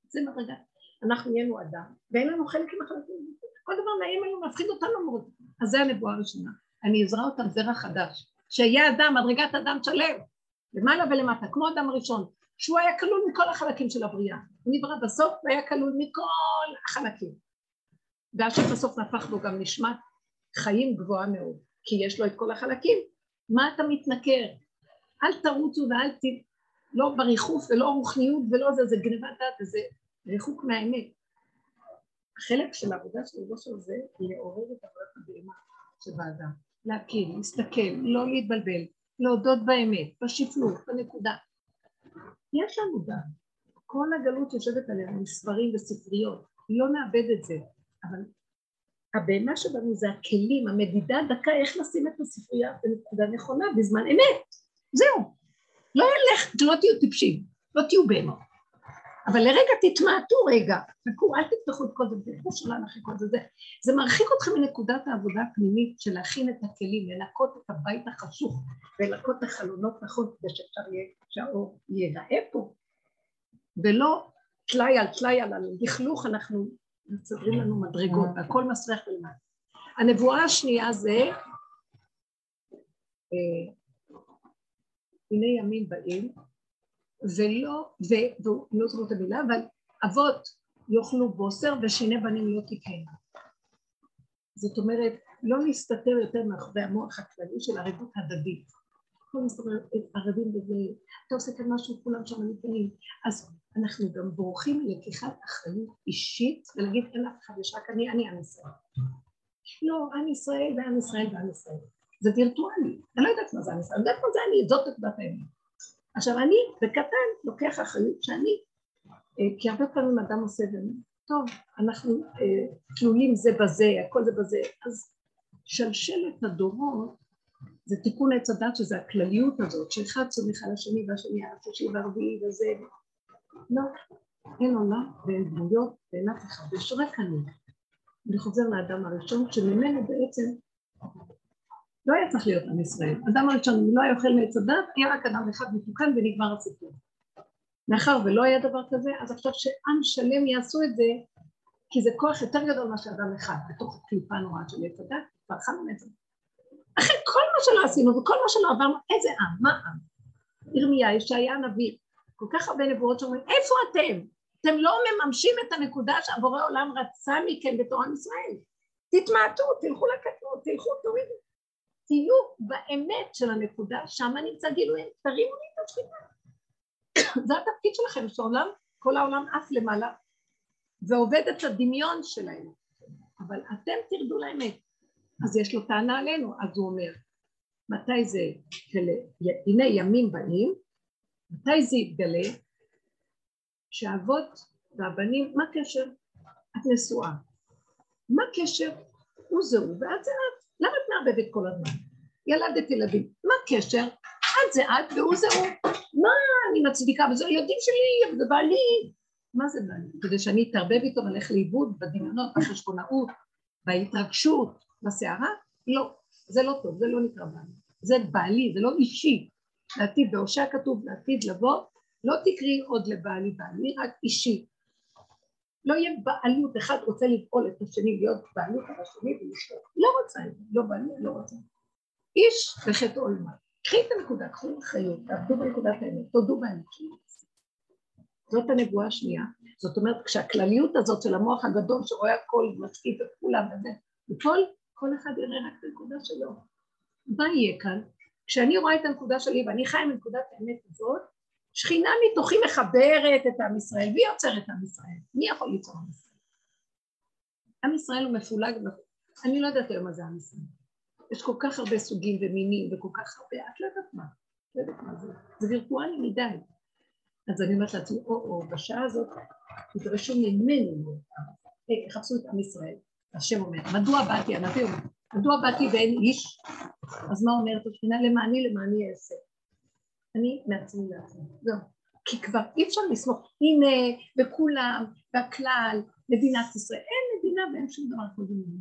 זה מדרגה. אנחנו נהיינו אדם, ואין לנו חלק עם החלקים. כל דבר נעים לנו, מפחיד אותנו מאוד. אז זה הנבואה הראשונה. אני אזרע אותם זרע חדש. שיהיה אדם, מדרגת אדם שלם, למעלה ולמטה, כמו אדם הראשון, שהוא היה כלול מכל החלקים של הבריאה. הוא נברא בסוף והיה כלול מכל החלקים. ועד שבסוף נפח בו גם נשמת חיים גבוהה מאוד, כי יש לו את כל החלקים. מה אתה מתנכר? אל תרוצו ואל ת... לא בריחוף ולא רוחניות ולא זה, זה גנבת דעת וזה ריחוק מהאמת. החלק של העבודה של הראש הזה היא לעורר את עבודת הבהמה שבאדם. להכיר, להסתכל, לא להתבלבל, להודות באמת, בשפלות, בנקודה. יש לנו דעת. כל הגלות יושבת עלינו, ספרים וספריות, לא נאבד את זה, אבל הבהמה שבנו זה הכלים, המדידה דקה איך לשים את הספרייה בנקודה נכונה בזמן אמת. זהו. לא ילך, לא תהיו טיפשים, לא תהיו בהמות. אבל לרגע תתמעטו רגע, תקעו, אל תפתחו את כל זה, תפתחו שולן אחרי כל זה, זה, זה מרחיק אתכם מנקודת העבודה הפנימית של להכין את הכלים, לנקות את הבית החשוך, ולנקות את החלונות נכון, כדי שאפשר יהיה, שהאור ייראה פה, ולא תלאי על תלאי על לכלוך, אנחנו מצדרים לנו מדרגות, הכל מסריח ולמד. הנבואה השנייה זה, הנה ימים באים, ולא, ולא זוכר את המילה, אבל אבות יאכלו בוסר ושיני בנים לא תקהינה. זאת אומרת, לא להסתתר יותר מאחורי המוח הכללי של ערבות הדדית. כל מסתכל ערבים בזה, אתה עושה כאן משהו, כולם שם נתנים. אז אנחנו גם בורחים ללקיחת אחריות אישית, ולהגיד אין אף אחד, יש רק אני, אני עם ישראל. לא, עם ישראל ועם ישראל ועם ישראל. זה וירטואלי, אני לא יודעת מה זה עם ישראל, אני יודעת מה זה אני, זאת עבודת האמת. עכשיו אני בקטן לוקח אחריות שאני, כי הרבה פעמים אדם עושה ואומר, טוב, אנחנו תלויים זה בזה, הכל זה בזה, אז שלשלת הדורות, זה תיקון עץ הדת שזה הכלליות הזאת, שאחד סומך על השני והשני על השני והרביעי וזה, לא, אין עולם ואין דמויות ואין אף אחד, יש רק אני. אני חוזר לאדם הראשון, שממנו בעצם, לא היה צריך להיות עם ישראל. אדם הראשון, אם לא היה אוכל מעץ הדת, היה רק אדם אחד מתוקן ונגמר הסיפור. מאחר ולא היה דבר כזה, אז עכשיו שעם שלם יעשו את זה, כי זה כוח יותר גדול מאשר אדם אחד, בתוך הקליפה נוראה של עץ הדת, ואכלנו מעץ הדת. אחרי כל מה שלא עשינו וכל מה שלא עברנו, איזה עם? מה עם? ירמיה, ישעיה הנביא, כל כך הרבה נבואות שאומרים, איפה אתם? אתם לא מממשים את הנקודה שהבורא עולם רצה מכם בתור עם ישראל. תתמעטו, תלכו לקטנות, תלכו, תורידו. תהיו באמת של הנקודה, שם נמצא גילויים, תרימו לי את השכינה. זה התפקיד שלכם, שעולם, כל העולם אף למעלה, ועובד את הדמיון שלהם. אבל אתם תרדו לאמת. אז יש לו טענה עלינו, אז הוא אומר, מתי זה, הנה ימים באים, מתי זה יתגלה, שהאבות והבנים, מה קשר? את נשואה. מה קשר? הוא זהו, ואת זה את. למה את מערבבת כל הזמן? ילדת ילדים. מה קשר? את זה את והוא זהו. מה אני מצדיקה בזה? ילדים שלי, זה בעלי. מה זה בעלי? כדי שאני אתערבב איתו ולך לאיבוד בדמיונות, בחשבונאות, בהתרגשות, בסערה? לא. זה לא טוב, זה לא נקרא בעלי. זה בעלי, זה לא אישי. לעתיד, בהושע כתוב, לעתיד לבוא, לא תקראי עוד לבעלי בעלי, רק אישי. לא יהיה בעלות, אחד רוצה לפעול את השני, להיות בעלות על השני ולשתות. לא רוצה את זה, לא בעלות, לא רוצה. איש בחטא עולמה. קחי את הנקודה, קחו אחריות, תעבדו בנקודת האמת, תודו באמת שלי. זאת הנבואה השנייה. זאת אומרת, כשהכלליות הזאת של המוח הגדול שרואה הכל, משקיף את כולם וזה, וכל, כל אחד יראה רק את הנקודה שלו. מה יהיה כאן? כשאני רואה את הנקודה שלי ואני חי עם נקודת האמת הזאת, שכינה מתוכי מחברת את עם ישראל, והיא יוצרת את עם ישראל. מי יכול ליצור עם ישראל? עם ישראל הוא מפולג, אני לא יודעת היום מה זה עם ישראל. יש כל כך הרבה סוגים ומינים וכל כך הרבה, את לא יודעת מה, לא יודעת מה זה, זה וירטואלי מדי. אז אני אומרת לעצמי, או או, בשעה הזאת, תדרשו ממנו, חפשו את עם ישראל. השם אומר, מדוע באתי, הנביא אומר, מדוע באתי ואין איש? אז מה אומרת השכינה? למעני, למעני אעשה. אני מעצמי לעצמי, זהו. כי כבר אי אפשר לסמוך, הנה, בכולם, בכלל, מדינת ישראל, אין מדינה ואין שום דבר כל דמיון.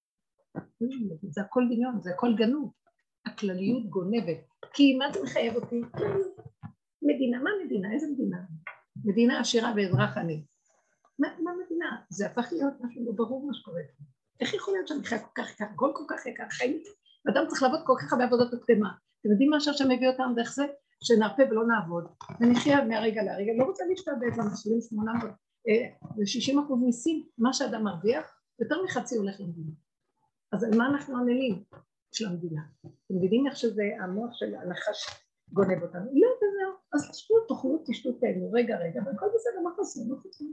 זה הכל דמיון, זה הכל גנוב. הכלליות גונבת. כי מה זה מחייב אותי? מדינה, מה מדינה? איזה מדינה? מדינה עשירה ואזרח עני. מה מבינה? זה הפך להיות משהו לא ברור מה שקורה. איך יכול להיות שאני חיה כל כך יקר, כל כל כך יקר, חיים? ואדם צריך לעבוד כל כך הרבה עבודות הקדמה. אתם יודעים מה שהשם מביא אותם דרך זה? שנרפה ולא נעבוד. ונחיה מהרגע להרגע. לא רוצה להשתעבד למסלולים שמונה מאות ו-שישים אחוז מיסים, מה שאדם מרוויח, יותר מחצי הולך למדינה. אז על מה אנחנו ענלים של המדינה? אתם יודעים איך שזה המוח של הנחש גונב אותנו? לא, וזהו. אז תשתו, תאכלו, תשתו, תהנו, רגע, רגע, והכל בסדר, מה חסר? לא חסר.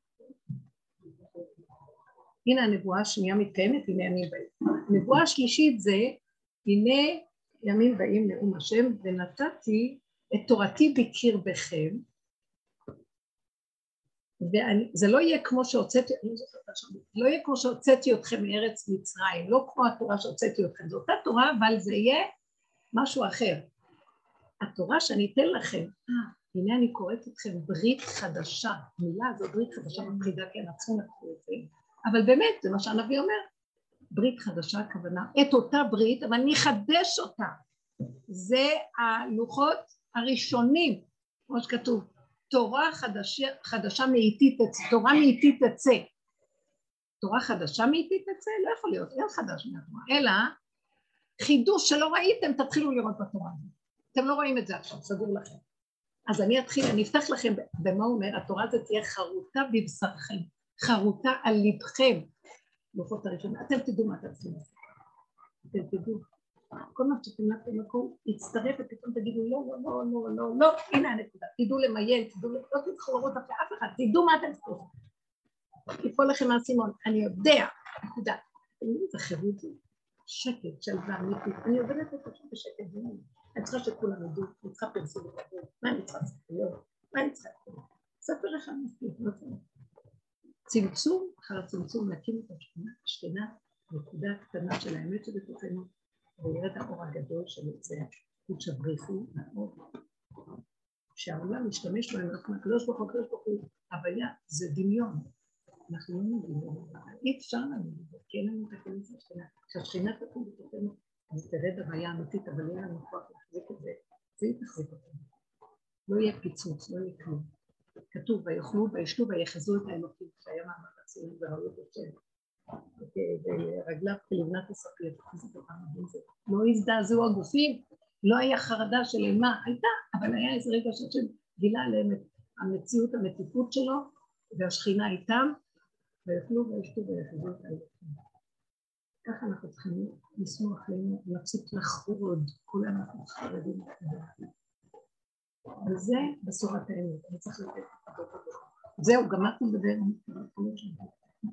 הנה הנבואה השנייה מתקיימת, הנה ימים באים. הנבואה השלישית זה, הנה ימים באים נאום השם, ונתתי את תורתי בקרבכם, וזה לא יהיה כמו שהוצאתי, אני לא זוכרת עכשיו, לא יהיה כמו שהוצאתי אתכם מארץ מצרים, לא כמו התורה שהוצאתי אתכם, זו אותה תורה, אבל זה יהיה משהו אחר. התורה שאני אתן לכם, הנה אני קוראת אתכם ברית חדשה, מילה זו ברית חדשה מפחידה, כי אנחנו לקחו את זה, אבל באמת זה מה שהנביא אומר, ברית חדשה הכוונה, את אותה ברית, אבל אני אחדש אותה, זה הלוחות הראשונים, כמו שכתוב, תורה חדשה, חדשה מאיתי תצא, תורה מאיתי תצא, תורה חדשה מאיתי תצא, לא יכול להיות, אין חדש מהתורה, אלא חידוש שלא ראיתם, תתחילו לראות בתורה הזאת, אתם לא רואים את זה עכשיו, סגור לכם, אז אני אתחיל, אני אפתח לכם במה הוא אומר, התורה הזאת תהיה חרוטה בבשרכם, חרוטה על לבכם, לוחות הראשונים, אתם תדעו מה אתם צריכים לעשות, אתם תדעו, כל מה שאתם נתתם מקום, יצטרף ופתאום תגידו לא, לא, לא, לא, לא, לא, הנה הנקודה, תדעו למיין, תדעו, לא תצטרכו לראות אף אחד, תדעו מה אתם צריכים, יפול לכם מהסימון, אני יודע, נקודה, אתם יודעים, זה חירות, שקט, שלווה, אמיתית, אני עובדת את זה בשקט, אני צריכה שכולם ידעו, אני צריכה פרסום וחבור, מה אני צריכה ספריות, מה אני צריכה ספריות, ספר אחד מספיק, לא צריך. צמצום, אחר הצמצום, להקים את השכינה, השכינה, נקודה קטנה של האמת שבתוכנו, וירד האור הגדול של יוצא, קודש הבריחו, האור, שהעולם משתמש בהם, אנחנו הקדוש ברוך הוא, הקדוש ברוך הוא, הוויה זה דמיון, אנחנו לא מבינים, אי אפשר לנו, כי אין לנו את הכנס השכינה, כשהשכינה תקום בתוכנו, אז תרד הוויה אמיתית, אבל אין לנו כוח להחזיק את זה, זה יתחזיק אותנו, לא יהיה פיצוץ, לא יהיה כלום. כתוב, ויאכלו וישתו ויחזו את האלוקים, שהיה מעמד הציוני וראו את השם, ורגליו כלבנת הספיר, לא הזדעזעו הגופים, לא היה חרדה של אימה, הייתה, אבל היה איזה רגע שהשם גילה עליהם את המציאות, המתיקות שלו, והשכינה איתם, ויאכלו וישתו ויחזו את האלוקים. ככה אנחנו צריכים לשמוח לנו, להפסיק לחרוד, כולנו אנחנו חרדים לחרדים. וזה בשורת האמת, אני צריך לתת את זה. זהו, גמרתי לדבר על התחלות שלנו.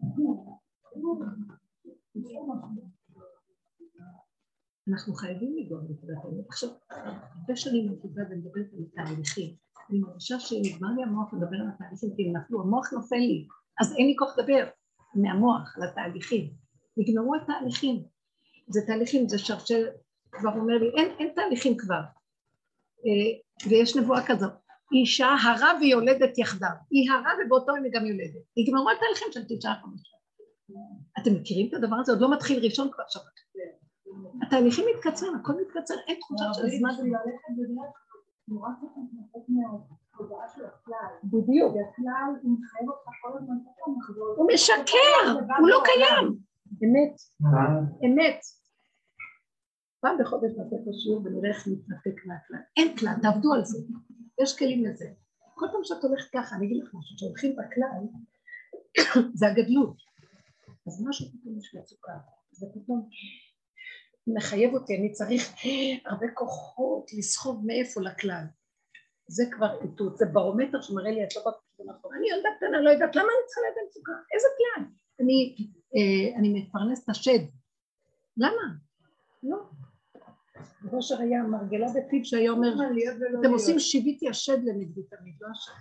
אנחנו חייבים לגרום נקודת האמת. עכשיו, הרבה שנים נקודה ומדברת על תהליכים. אני מרגישה שנגמר לי המוח לדבר על התהליכים, כי הם נפלו, המוח נופל לי, אז אין לי כוח לדבר מהמוח על התהליכים. נגמרו התהליכים. זה תהליכים, זה שרשל, כבר אומר לי, אין, אין תהליכים כבר. ויש נבואה כזאת, אישה הרה ויולדת יחדיו, היא הרה ובאותו היא גם יולדת, נגמרו התהליכים של תשעה חמישה. אתם מכירים את הדבר הזה? עוד לא מתחיל ראשון כבר עכשיו. התהליכים מתקצרים, הכל מתקצר, אין תחושה של זמן. נורא צריך להתנתק מהתודעה של הכלל. בדיוק. הכלל הוא מחייב אותך כל הזמן. הוא משקר, הוא לא קיים. אמת, אמת. פעם בחודש נעשה את השיעור ונראה איך מתנתק מהכלל. אין כלל, תעבדו על זה. יש כלים לזה. כל פעם שאת הולכת ככה, אני אגיד לך משהו, שהולכים בכלל, זה הגדלות. אז משהו פתאום יש מצוקה. זה פתאום מחייב אותי, אני צריך הרבה כוחות לסחוב מאיפה לכלל. זה כבר איתות, זה ברומטר שמראה לי, את לא בקטנה נכון. אני ילדה קטנה, לא יודעת, למה אני צריכה ליד המצוקה? איזה כלל? אני, אה, אני מפרנס את השד. למה? לא. ראשר היה מרגלה בפיו שהיה אומר, אתם עושים שיביתי השד לנגדי תמיד, לא השד.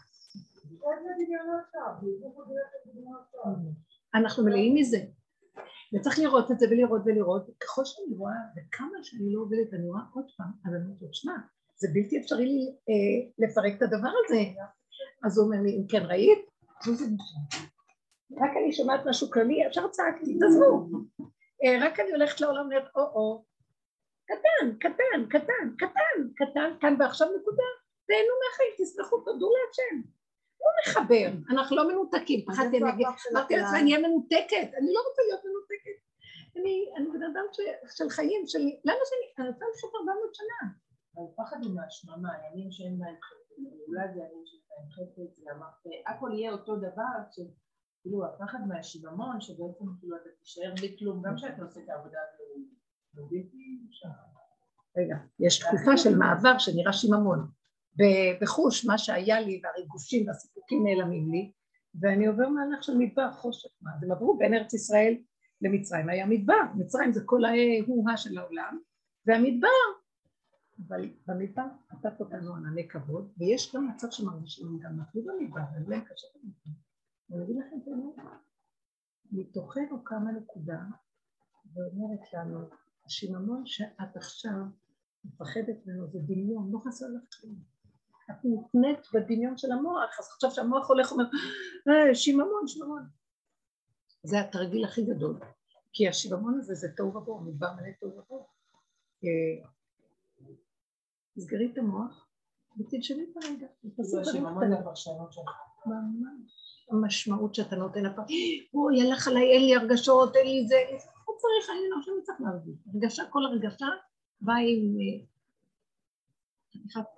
אנחנו מלאים מזה. וצריך לראות את זה ולראות ולראות, ככל שאני רואה, וכמה שאני לא עובדת, אני רואה עוד פעם, אז אני אומרת, שמע, זה בלתי אפשרי לי אה, לפרק את הדבר הזה. אז הוא אומר לי, אם כן ראית? רק אני שומעת משהו כללי, אפשר צעקתי, תזמו. אה, רק אני הולכת לעולם ואומרת, או-או, קטן, קטן, קטן, קטן, קטן, כאן ועכשיו נקודה, תהנו מהחיים, תסלחו, תודו להשם. הוא מחבר, אנחנו לא מנותקים, פחדתי להגיד, אמרתי לעצמי, אני אהיה מנותקת, אני לא רוצה להיות מנותקת. אני בן אדם של חיים שלי, למה שאני, אני רוצה לחיות ארבע מאות שנה. הפחד הוא מהשממה, הימים שאין להם חפץ, אולי זה הימים שאין להם חפץ, ואמרת, הכל יהיה אותו דבר, כאילו הפחד מהשיממון, שבעצם כאילו אתה תישאר בלי כלום, גם שאתה עושה את העבודה הזאת, רגע, יש תקופה של מעבר שנראה שיממון, בחוש מה שהיה לי והריגושים והסיפוקים נעלמים לי, ואני עובר מהלך של מדבר חושך, מה, הם עברו בין ארץ ישראל למצרים, היה מדבר, מצרים זה כל ההוא של העולם, והמדבר, אבל במדבר נתת אותנו ענני כבוד, ויש גם מצב שמרגישים גם נפלו במדבר, הם לא קשה במדבר. אני אגיד לכם את זה, מתוכנו קמה נקודה, ואומרת לנו, השיממון שאת עכשיו מפחדת ממנו, זה דמיון, לא חסר לך כלום. את מותנית בדמיון של המוח, אז עכשיו שהמוח הולך ואומר, אה, שיממון, שיממון. זה התרגיל הכי גדול, כי השיממון הזה זה תוהו ובוהו, מדבר מלא תוהו ובוהו. תסגרי את המוח, ותנשמי את הרגע. זה השיממון לפרשנות שלך. ממש. המשמעות שאתה נותן לפרשנות, אוי, הלך עליי, אין לי הרגשות, אין לי זה, לא צריך, אני לא שאני צריך להרגיש. הרגשה, כל הרגשה באה עם חתיכת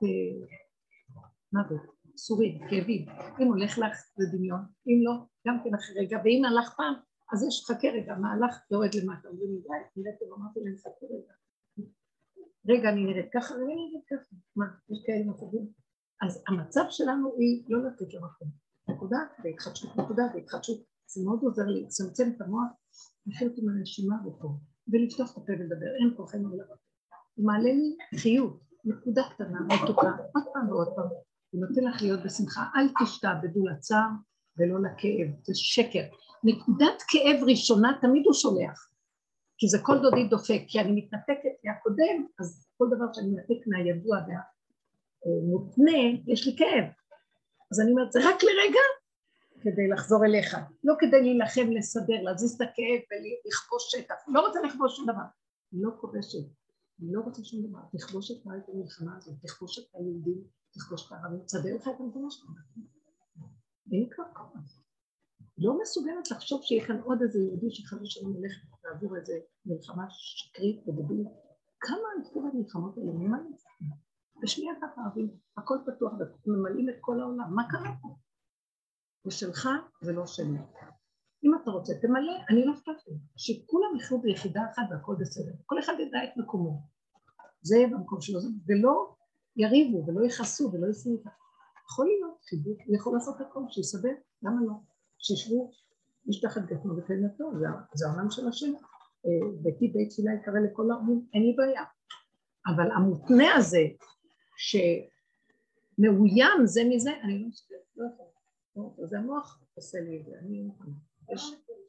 מוות, סורית, כאבים. אם הולך לך זה דמיון, אם לא, גם כן אחרי רגע, ואם הלך פעם, אז יש חכה רגע, מה הלך יורד למטה, אומרים לי, די, נראיתי ואמרתי להם, חכה רגע. רגע, אני נראית ככה, ואני נראית ככה. מה, יש כאלה מצבים? אז המצב שלנו היא לא לתת למקום. נקודה והתחדשות, נקודה והתחדשות. זה מאוד עוזר לי, לצמצם את המוח, לחיות עם הנשימה ופה, ולפתוח את הפה ולדבר, אין כוחנו ולבוא. הוא מעלה לי חיות, נקודה קטנה, מתוקה, עוד פעם ועוד פעם. הוא נותן לך להיות בשמחה, אל תשתעבדו לצער ולא לכאב, זה שקר. נקודת כאב ראשונה תמיד הוא שולח, כי זה כל דודי דופק, כי אני מתנתקת מהקודם, אז כל דבר שאני מתנתק מהידוע והמותנה, יש לי כאב. אז אני אומרת, זה רק לרגע כדי לחזור אליך, לא כדי להילחם, לסדר, להזיז את הכאב ולכבוש שטח. לא רוצה לכבוש שום דבר, אני לא כובשת, אני לא רוצה שום דבר, תכבוש את מה את המלחמה הזאת, תכבוש את היהודים, תכבוש את הערבים, תסדר לך את המדינה שלנו. אין כבר כמה. לא מסוגלת לחשוב שיהיה כאן עוד איזה יהודי שחזר שלנו הולך לעבור איזה מלחמה שקרית ודבילית. כמה הלכו במלחמות האלה, ממה נצטרך? בשנייה אחת הערבים, הכל פתוח, ממלאים את כל העולם, מה קרה פה? זה שלך ולא שלי. אם אתה רוצה, תמלא, אני לא אכפת לי, שכולם יחיו ביחידה אחת והכל בסדר, כל אחד ידע את מקומו. זה במקום שלו, ולא יריבו ולא יחסו ולא יסנו אותה. יכול להיות חיבור, הוא יכול לעשות הכל, שיסבר, למה לא? שישבו, יש תחת גתנו ותנתו, זה העולם של השם. ביתי בית תפילה יקרא לכל העמים, אין לי בעיה. אבל המותנה הזה, שמאוים זה מזה, אני לא מסוגלת, לא יכול. זה המוח עושה לי את זה, אני לא יכולה. יש...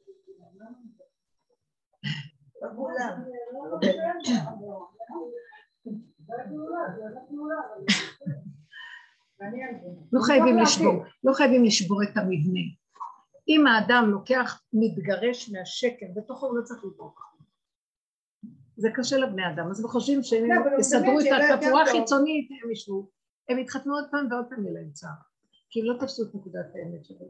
לא חייבים לשבור, לא חייבים לשבור את המבנה. אם האדם לוקח, מתגרש מהשקר, בתוכו הוא לא צריך לבוא. זה קשה לבני אדם, אז הם חושבים שהם יסדרו את התפורה החיצונית, הם ישבו, הם יתחתנו עוד פעם ועוד פעם אליהם צער, כי הם לא תפסו את נקודת האמת שלהם.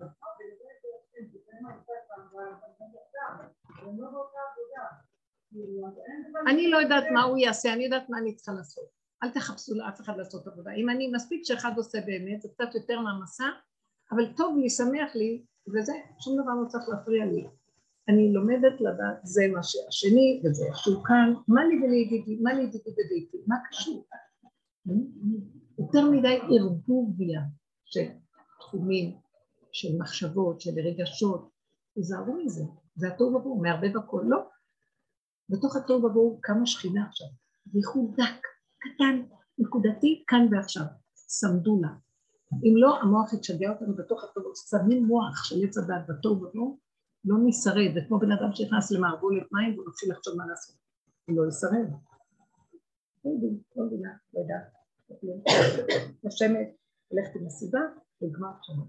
אני לא יודעת מה הוא יעשה, אני יודעת מה אני צריכה לעשות. אל תחפשו לאף אחד לעשות עבודה. אם אני מספיק שאחד עושה באמת, זה קצת יותר מהמסע, אבל טוב לי, שמח לי, וזה, שום דבר לא צריך להפריע לי. אני לומדת לדעת, זה מה שהשני, וזה שהוא כאן, מה לי ולידידי, מה לי ידידי ודידי, מה קשור? יותר מדי ערבוביה של תחומים, של מחשבות, של רגשות, תזהרו מזה, זה התוהו ובוהו, מערבב הכל, לא? בתוך התוהו ובוהו כמה שכינה עכשיו, ייחוד דק, קטן, נקודתי, כאן ועכשיו, סמדו לה. אם לא, המוח יתשגע אותנו בתוך התוהו, שמים מוח של עץ הדת בתוהו ובוהו, לא נשרד, זה כמו בן אדם שנכנס למערבולת מים והוא מתחיל לחשוב מה לעשות, הוא לא ישרד. לא יודעים, לא יודעים, לא יודעת. נשמת, הולכת עם הסיבה, וגמר שמה.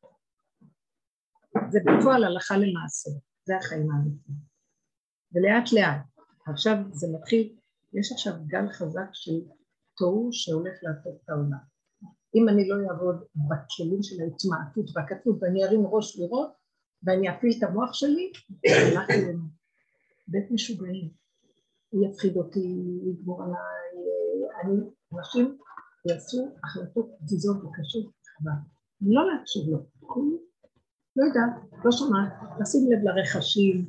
זה בפועל הלכה למעשה, זה החיים האמיתיים. ולאט לאט, עכשיו זה מתחיל, יש עכשיו גל חזק של תוהו שהולך לעשות את העולם. אם אני לא אעבוד בכלים של ההתמעטות והקטנות, ואני ארים ראש לראות, ואני אפעיל את המוח שלי, הלך אלינו. בית משוגעים. הוא יפחיד אותי, יגמור עליי, אני, אנשים יעשו החלטות פזיזות וקשות, חבל. לא להקשיב לו. לא יודעת, לא שומעת, לשים לב לרחשים,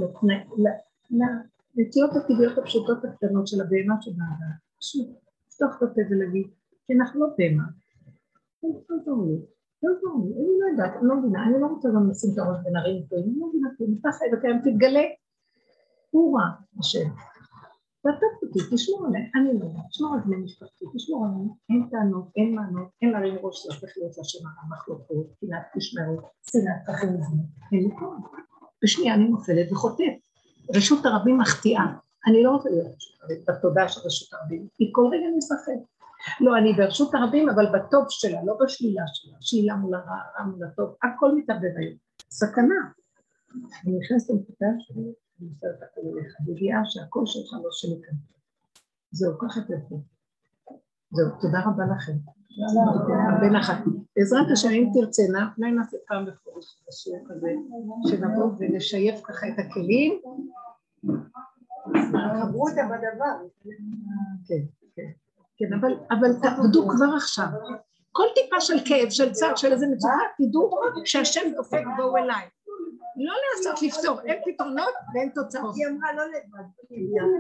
לנטיות הטבעיות הפשוטות הקטנות של הבהמה שבאדם. פשוט, לפתוח את הפה ולהגיד, כי אנחנו לא בהמה. לא זהו לי, לא זהו לי, אני לא יודעת, אני לא מבינה, אני לא רוצה גם לשים את הראש בנערים פה, אני לא מבינה, כי אתה חי וקיים, תתגלה, הוא רע, השם. תעטוף אותי, תשמור עליי, אני לא יודעת, תשמור על בני משפחתי, תשמור עליי, אין טענות, אין מענות, אין להרים ראש, זה הופך להיות לשם המחלוקות, קנאת תשמרו, שנאת ככה מזמן, אין לי כוח. בשנייה אני נופלת וחוטאת. רשות הרבים מחטיאה, אני לא רוצה להיות רשות הרבים, בתודעה של רשות הרבים, היא כל רגע משחקת. לא, אני ברשות הרבים, אבל בטוב שלה, לא בשלילה שלה, שלילה מול הרע, הרע מול הטוב, הכל מתערבב היום. סכנה. אני נכנסת למפתה שלי, אני עושה את הכל אליך, בגיעה שהכל שלך לא שלי כאן. זהו, ככה תלכו. זהו, תודה רבה לכם. הרבה נחת. בעזרת השם, אם תרצנה, אולי נעשה פעם בחודש בשיעור כזה, שנבוא ונשייף ככה את הכלים. חברו אותה בדבר. כן, כן. כן, אבל, אבל תעבדו כבר עכשיו. כל טיפה של כאב, של צער, של איזה מצוקה, תדעו שהשם דופק בואו אליי. לא לעשות לפתור, אין פתרונות ואין תוצאות. היא אמרה לא לבד.